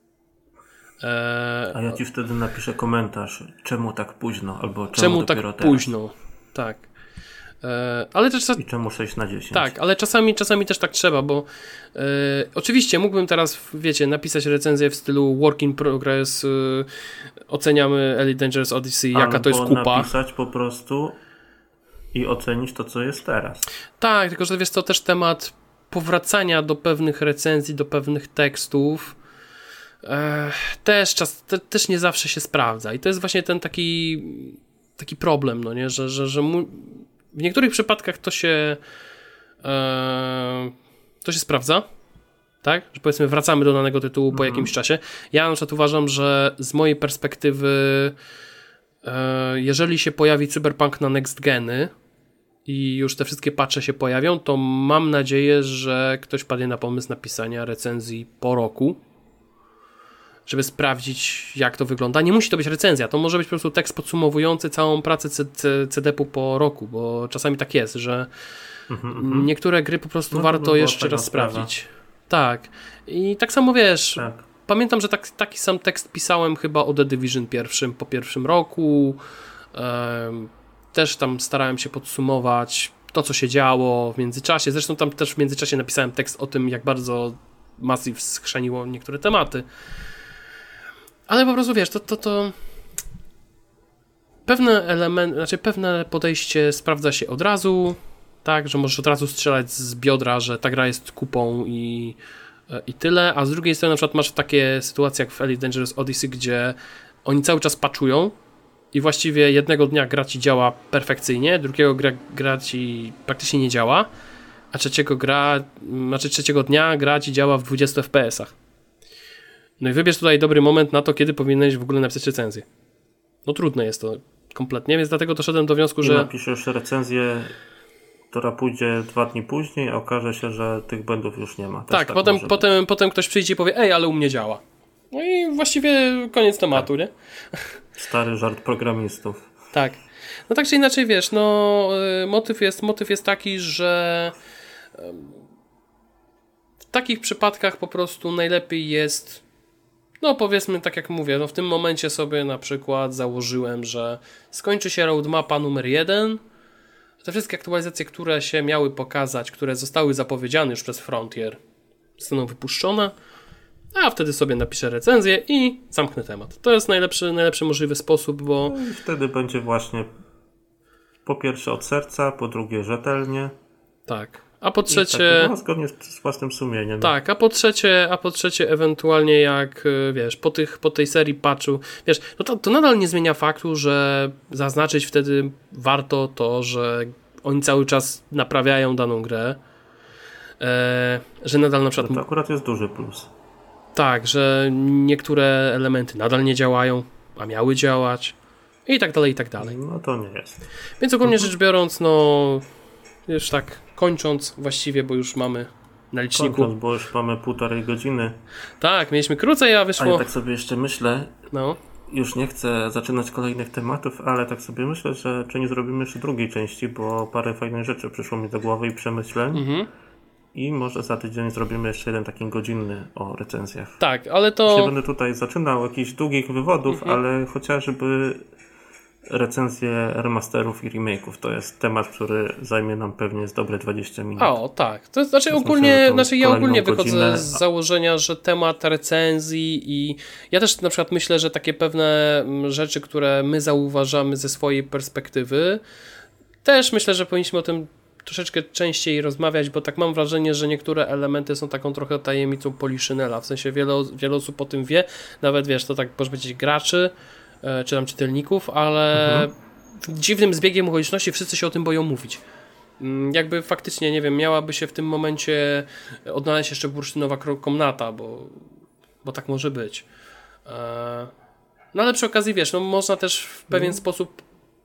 A ja ci wtedy napiszę komentarz, czemu tak późno, albo czemu, czemu dopiero tak teraz. późno, tak. E, ale też, I czemu sześć na dziesięć. Tak, ale czasami, czasami też tak trzeba, bo e, oczywiście mógłbym teraz, wiecie, napisać recenzję w stylu work in progress, e, oceniamy Elite Dangerous Odyssey, jaka albo to jest kupa. napisać po prostu i ocenić to, co jest teraz. Tak, tylko że wiesz co, też temat powracania do pewnych recenzji, do pewnych tekstów, też, czas, te, też nie zawsze się sprawdza i to jest właśnie ten taki taki problem, no nie, że, że, że mu, w niektórych przypadkach to się e, to się sprawdza, tak, że powiedzmy wracamy do danego tytułu po mhm. jakimś czasie. Ja na przykład uważam, że z mojej perspektywy e, jeżeli się pojawi Cyberpunk na next geny i już te wszystkie patche się pojawią, to mam nadzieję, że ktoś padnie na pomysł napisania recenzji po roku, żeby sprawdzić, jak to wygląda. Nie musi to być recenzja, to może być po prostu tekst podsumowujący całą pracę C D P-u po roku, bo czasami tak jest, że mm-hmm. niektóre gry po prostu no warto by jeszcze raz sprawa. sprawdzić. Tak. I tak samo wiesz, tak. Pamiętam, że tak, taki sam tekst pisałem chyba o The Division pierwszym po pierwszym roku. Um, też tam starałem się podsumować to, co się działo w międzyczasie. Zresztą tam też w międzyczasie napisałem tekst o tym, jak bardzo Massive schrzeniło niektóre tematy. Ale po prostu wiesz, to, to, to pewne elementy, znaczy pewne podejście sprawdza się od razu, tak, że możesz od razu strzelać z biodra, że ta gra jest kupą i, i tyle, a z drugiej strony na przykład masz takie sytuacje jak w Elite Dangerous Odyssey, gdzie oni cały czas patchują i właściwie jednego dnia gra ci działa perfekcyjnie, drugiego gra, gra ci praktycznie nie działa, a trzeciego gra, znaczy trzeciego dnia gra ci działa w dwudziestu F P S-ach. No i wybierz tutaj dobry moment na to, kiedy powinieneś w ogóle napisać recenzję. No trudne jest to kompletnie, więc dlatego doszedłem do wniosku, I że... napiszesz recenzję, która pójdzie dwa dni później, a okaże się, że tych błędów już nie ma. Też tak, tak potem, potem, potem ktoś przyjdzie i powie, ej, ale u mnie działa. No i właściwie koniec tematu, tak. Nie? Stary żart programistów. Tak. No tak czy inaczej, wiesz, no motyw jest, motyw jest taki, że takich przypadkach po prostu najlepiej jest, no powiedzmy tak jak mówię, no w tym momencie sobie na przykład założyłem, że skończy się roadmapa numer jeden, te wszystkie aktualizacje, które się miały pokazać, które zostały zapowiedziane już przez Frontier, zostaną wypuszczone, a wtedy sobie napiszę recenzję i zamknę temat. To jest najlepszy, najlepszy możliwy sposób, bo... No i wtedy będzie właśnie po pierwsze od serca, po drugie rzetelnie. Tak. A po trzecie... Tak, no, zgodnie z, z własnym sumieniem. Tak, a po trzecie, a po trzecie ewentualnie jak, wiesz, po, tych, po tej serii patchu, wiesz, no to, to nadal nie zmienia faktu, że zaznaczyć wtedy warto to, że oni cały czas naprawiają daną grę, e, że nadal na przykład... No to akurat jest duży plus. Tak, że niektóre elementy nadal nie działają, a miały działać i tak dalej, i tak dalej. No to nie jest. Więc ogólnie rzecz biorąc, no już tak kończąc właściwie, bo już mamy na liczniku. Kończąc, bo już mamy półtorej godziny. Tak, mieliśmy krócej, a wyszło... Ale tak sobie jeszcze myślę, no. już nie chcę zaczynać kolejnych tematów, ale tak sobie myślę, że czy nie zrobimy jeszcze drugiej części, bo parę fajnych rzeczy przyszło mi do głowy i przemyśleń. Mhm. I może za tydzień zrobimy jeszcze jeden taki godzinny o recenzjach. Tak, ale to... Nie będę tutaj zaczynał jakichś długich wywodów, mhm. ale chociażby recenzje remasterów i remake'ów to jest temat, który zajmie nam pewnie z dobre dwadzieścia minut. O, tak. To znaczy Więc ogólnie, myślę, znaczy ja ogólnie wychodzę godzinę. z założenia, że temat recenzji i ja też na przykład myślę, że takie pewne rzeczy, które my zauważamy ze swojej perspektywy, też myślę, że powinniśmy o tym troszeczkę częściej rozmawiać, bo tak mam wrażenie, że niektóre elementy są taką trochę tajemnicą Poliszynela, w sensie wiele, wiele osób o tym wie, nawet wiesz, to tak może być graczy, e, czy tam czytelników, ale mhm. dziwnym zbiegiem okoliczności wszyscy się o tym boją mówić. Jakby faktycznie, nie wiem, miałaby się w tym momencie odnaleźć jeszcze bursztynowa komnata, bo, bo tak może być. E, no ale przy okazji, wiesz, no można też w pewien mhm. sposób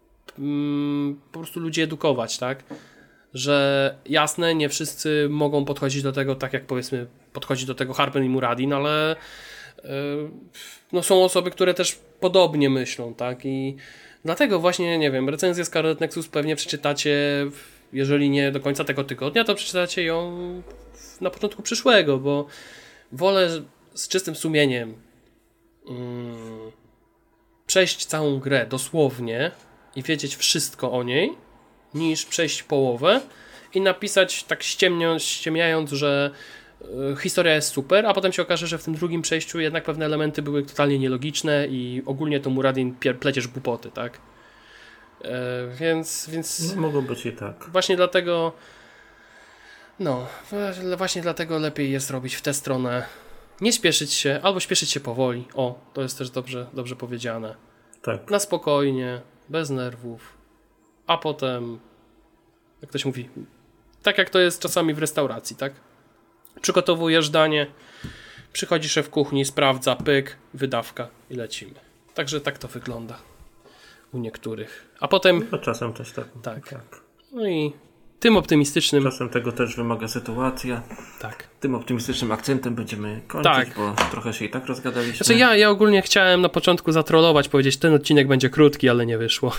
mm, po prostu ludzi edukować, tak? Że jasne, nie wszyscy mogą podchodzić do tego tak jak powiedzmy podchodzi do tego Harpen i Muradin, ale yy, no są osoby, które też podobnie myślą, tak? I dlatego właśnie, nie wiem, recenzję Scarlet Nexus pewnie przeczytacie, jeżeli nie do końca tego tygodnia, to przeczytacie ją na początku przyszłego, bo wolę z czystym sumieniem yy, przejść całą grę dosłownie i wiedzieć wszystko o niej, niż przejść połowę i napisać tak ściemniając, ściemniając, że y, historia jest super, a potem się okaże, że w tym drugim przejściu jednak pewne elementy były totalnie nielogiczne i ogólnie to Muradin pier- pleciesz głupoty, tak? E, więc, więc... No, mogą być i tak. Właśnie dlatego no, właśnie dlatego lepiej jest robić w tę stronę, nie śpieszyć się, albo śpieszyć się powoli. O, to jest też dobrze, dobrze powiedziane. Tak. Na spokojnie, bez nerwów. A potem, jak to się mówi, tak jak to jest czasami w restauracji, tak? Przygotowujesz danie, przychodzi szef kuchni, sprawdza, pyk, wydawka i lecimy. Także tak to wygląda u niektórych. A potem... No, czasem też tak. Tak. tak. No i tym optymistycznym... Czasem tego też wymaga sytuacja. Tak. Tym optymistycznym akcentem będziemy kończyć, tak. bo trochę się i tak rozgadaliśmy. Znaczy ja, ja ogólnie chciałem na początku zatrollować, powiedzieć, ten odcinek będzie krótki, ale nie wyszło.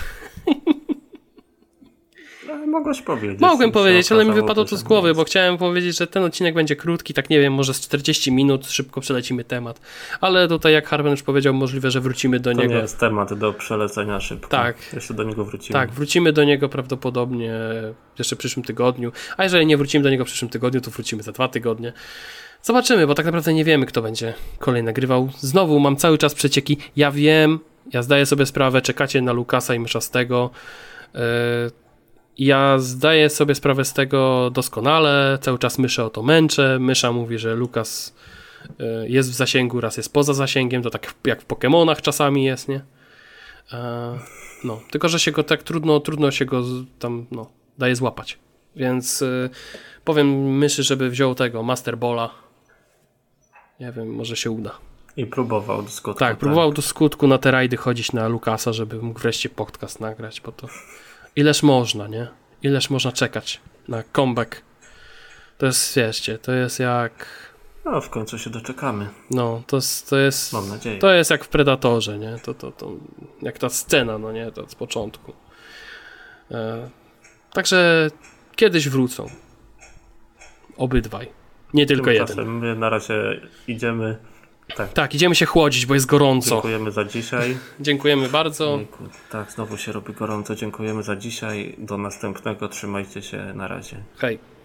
Mogłeś powiedzieć. Mogłem powiedzieć, ale mi wypadło to z głowy, bo chciałem powiedzieć, że ten odcinek będzie krótki, tak nie wiem, może z czterdzieści minut, szybko przelecimy temat. Ale tutaj, jak Harben już powiedział, możliwe, że wrócimy do to niego. To nie jest temat do przelecenia szybko. Tak. Jeszcze do niego wrócimy. Tak, wrócimy do niego prawdopodobnie jeszcze w przyszłym tygodniu. A jeżeli nie wrócimy do niego w przyszłym tygodniu, to wrócimy za dwa tygodnie. Zobaczymy, bo tak naprawdę nie wiemy, kto będzie kolej nagrywał. Znowu mam cały czas przecieki. Ja wiem, ja zdaję sobie sprawę, czekacie na Lukasa i Myszastego. Yy, Ja zdaję sobie sprawę z tego doskonale, cały czas Myszę o to męczę, Mysza mówi, że Lukas jest w zasięgu, raz jest poza zasięgiem, to tak jak w Pokemonach czasami jest, nie? No, tylko że się go tak trudno, trudno się go tam, no, daje złapać, więc powiem Myszy, żeby wziął tego Master Balla, nie wiem, może się uda. I próbował do skutku. Tak, próbował tak. do skutku na te rajdy chodzić na Lukasa, żeby mógł wreszcie podcast nagrać, bo to ileż można, nie? Ileż można czekać na comeback. To jest, wierzcie, to jest jak... No, w końcu się doczekamy. No, to jest... To jest, Mam nadzieję. To jest jak w Predatorze, nie? To, to, to, jak ta scena, no nie? To z początku. E, także kiedyś wrócą. Obydwaj. Nie tylko Tymczasem jeden. my na razie idziemy. Tak. tak, idziemy się chłodzić, bo jest gorąco. Dziękujemy za dzisiaj. Dziękujemy bardzo. Jejku, tak, znowu się robi gorąco. Dziękujemy za dzisiaj. Do następnego. Trzymajcie się. Na razie. Hej.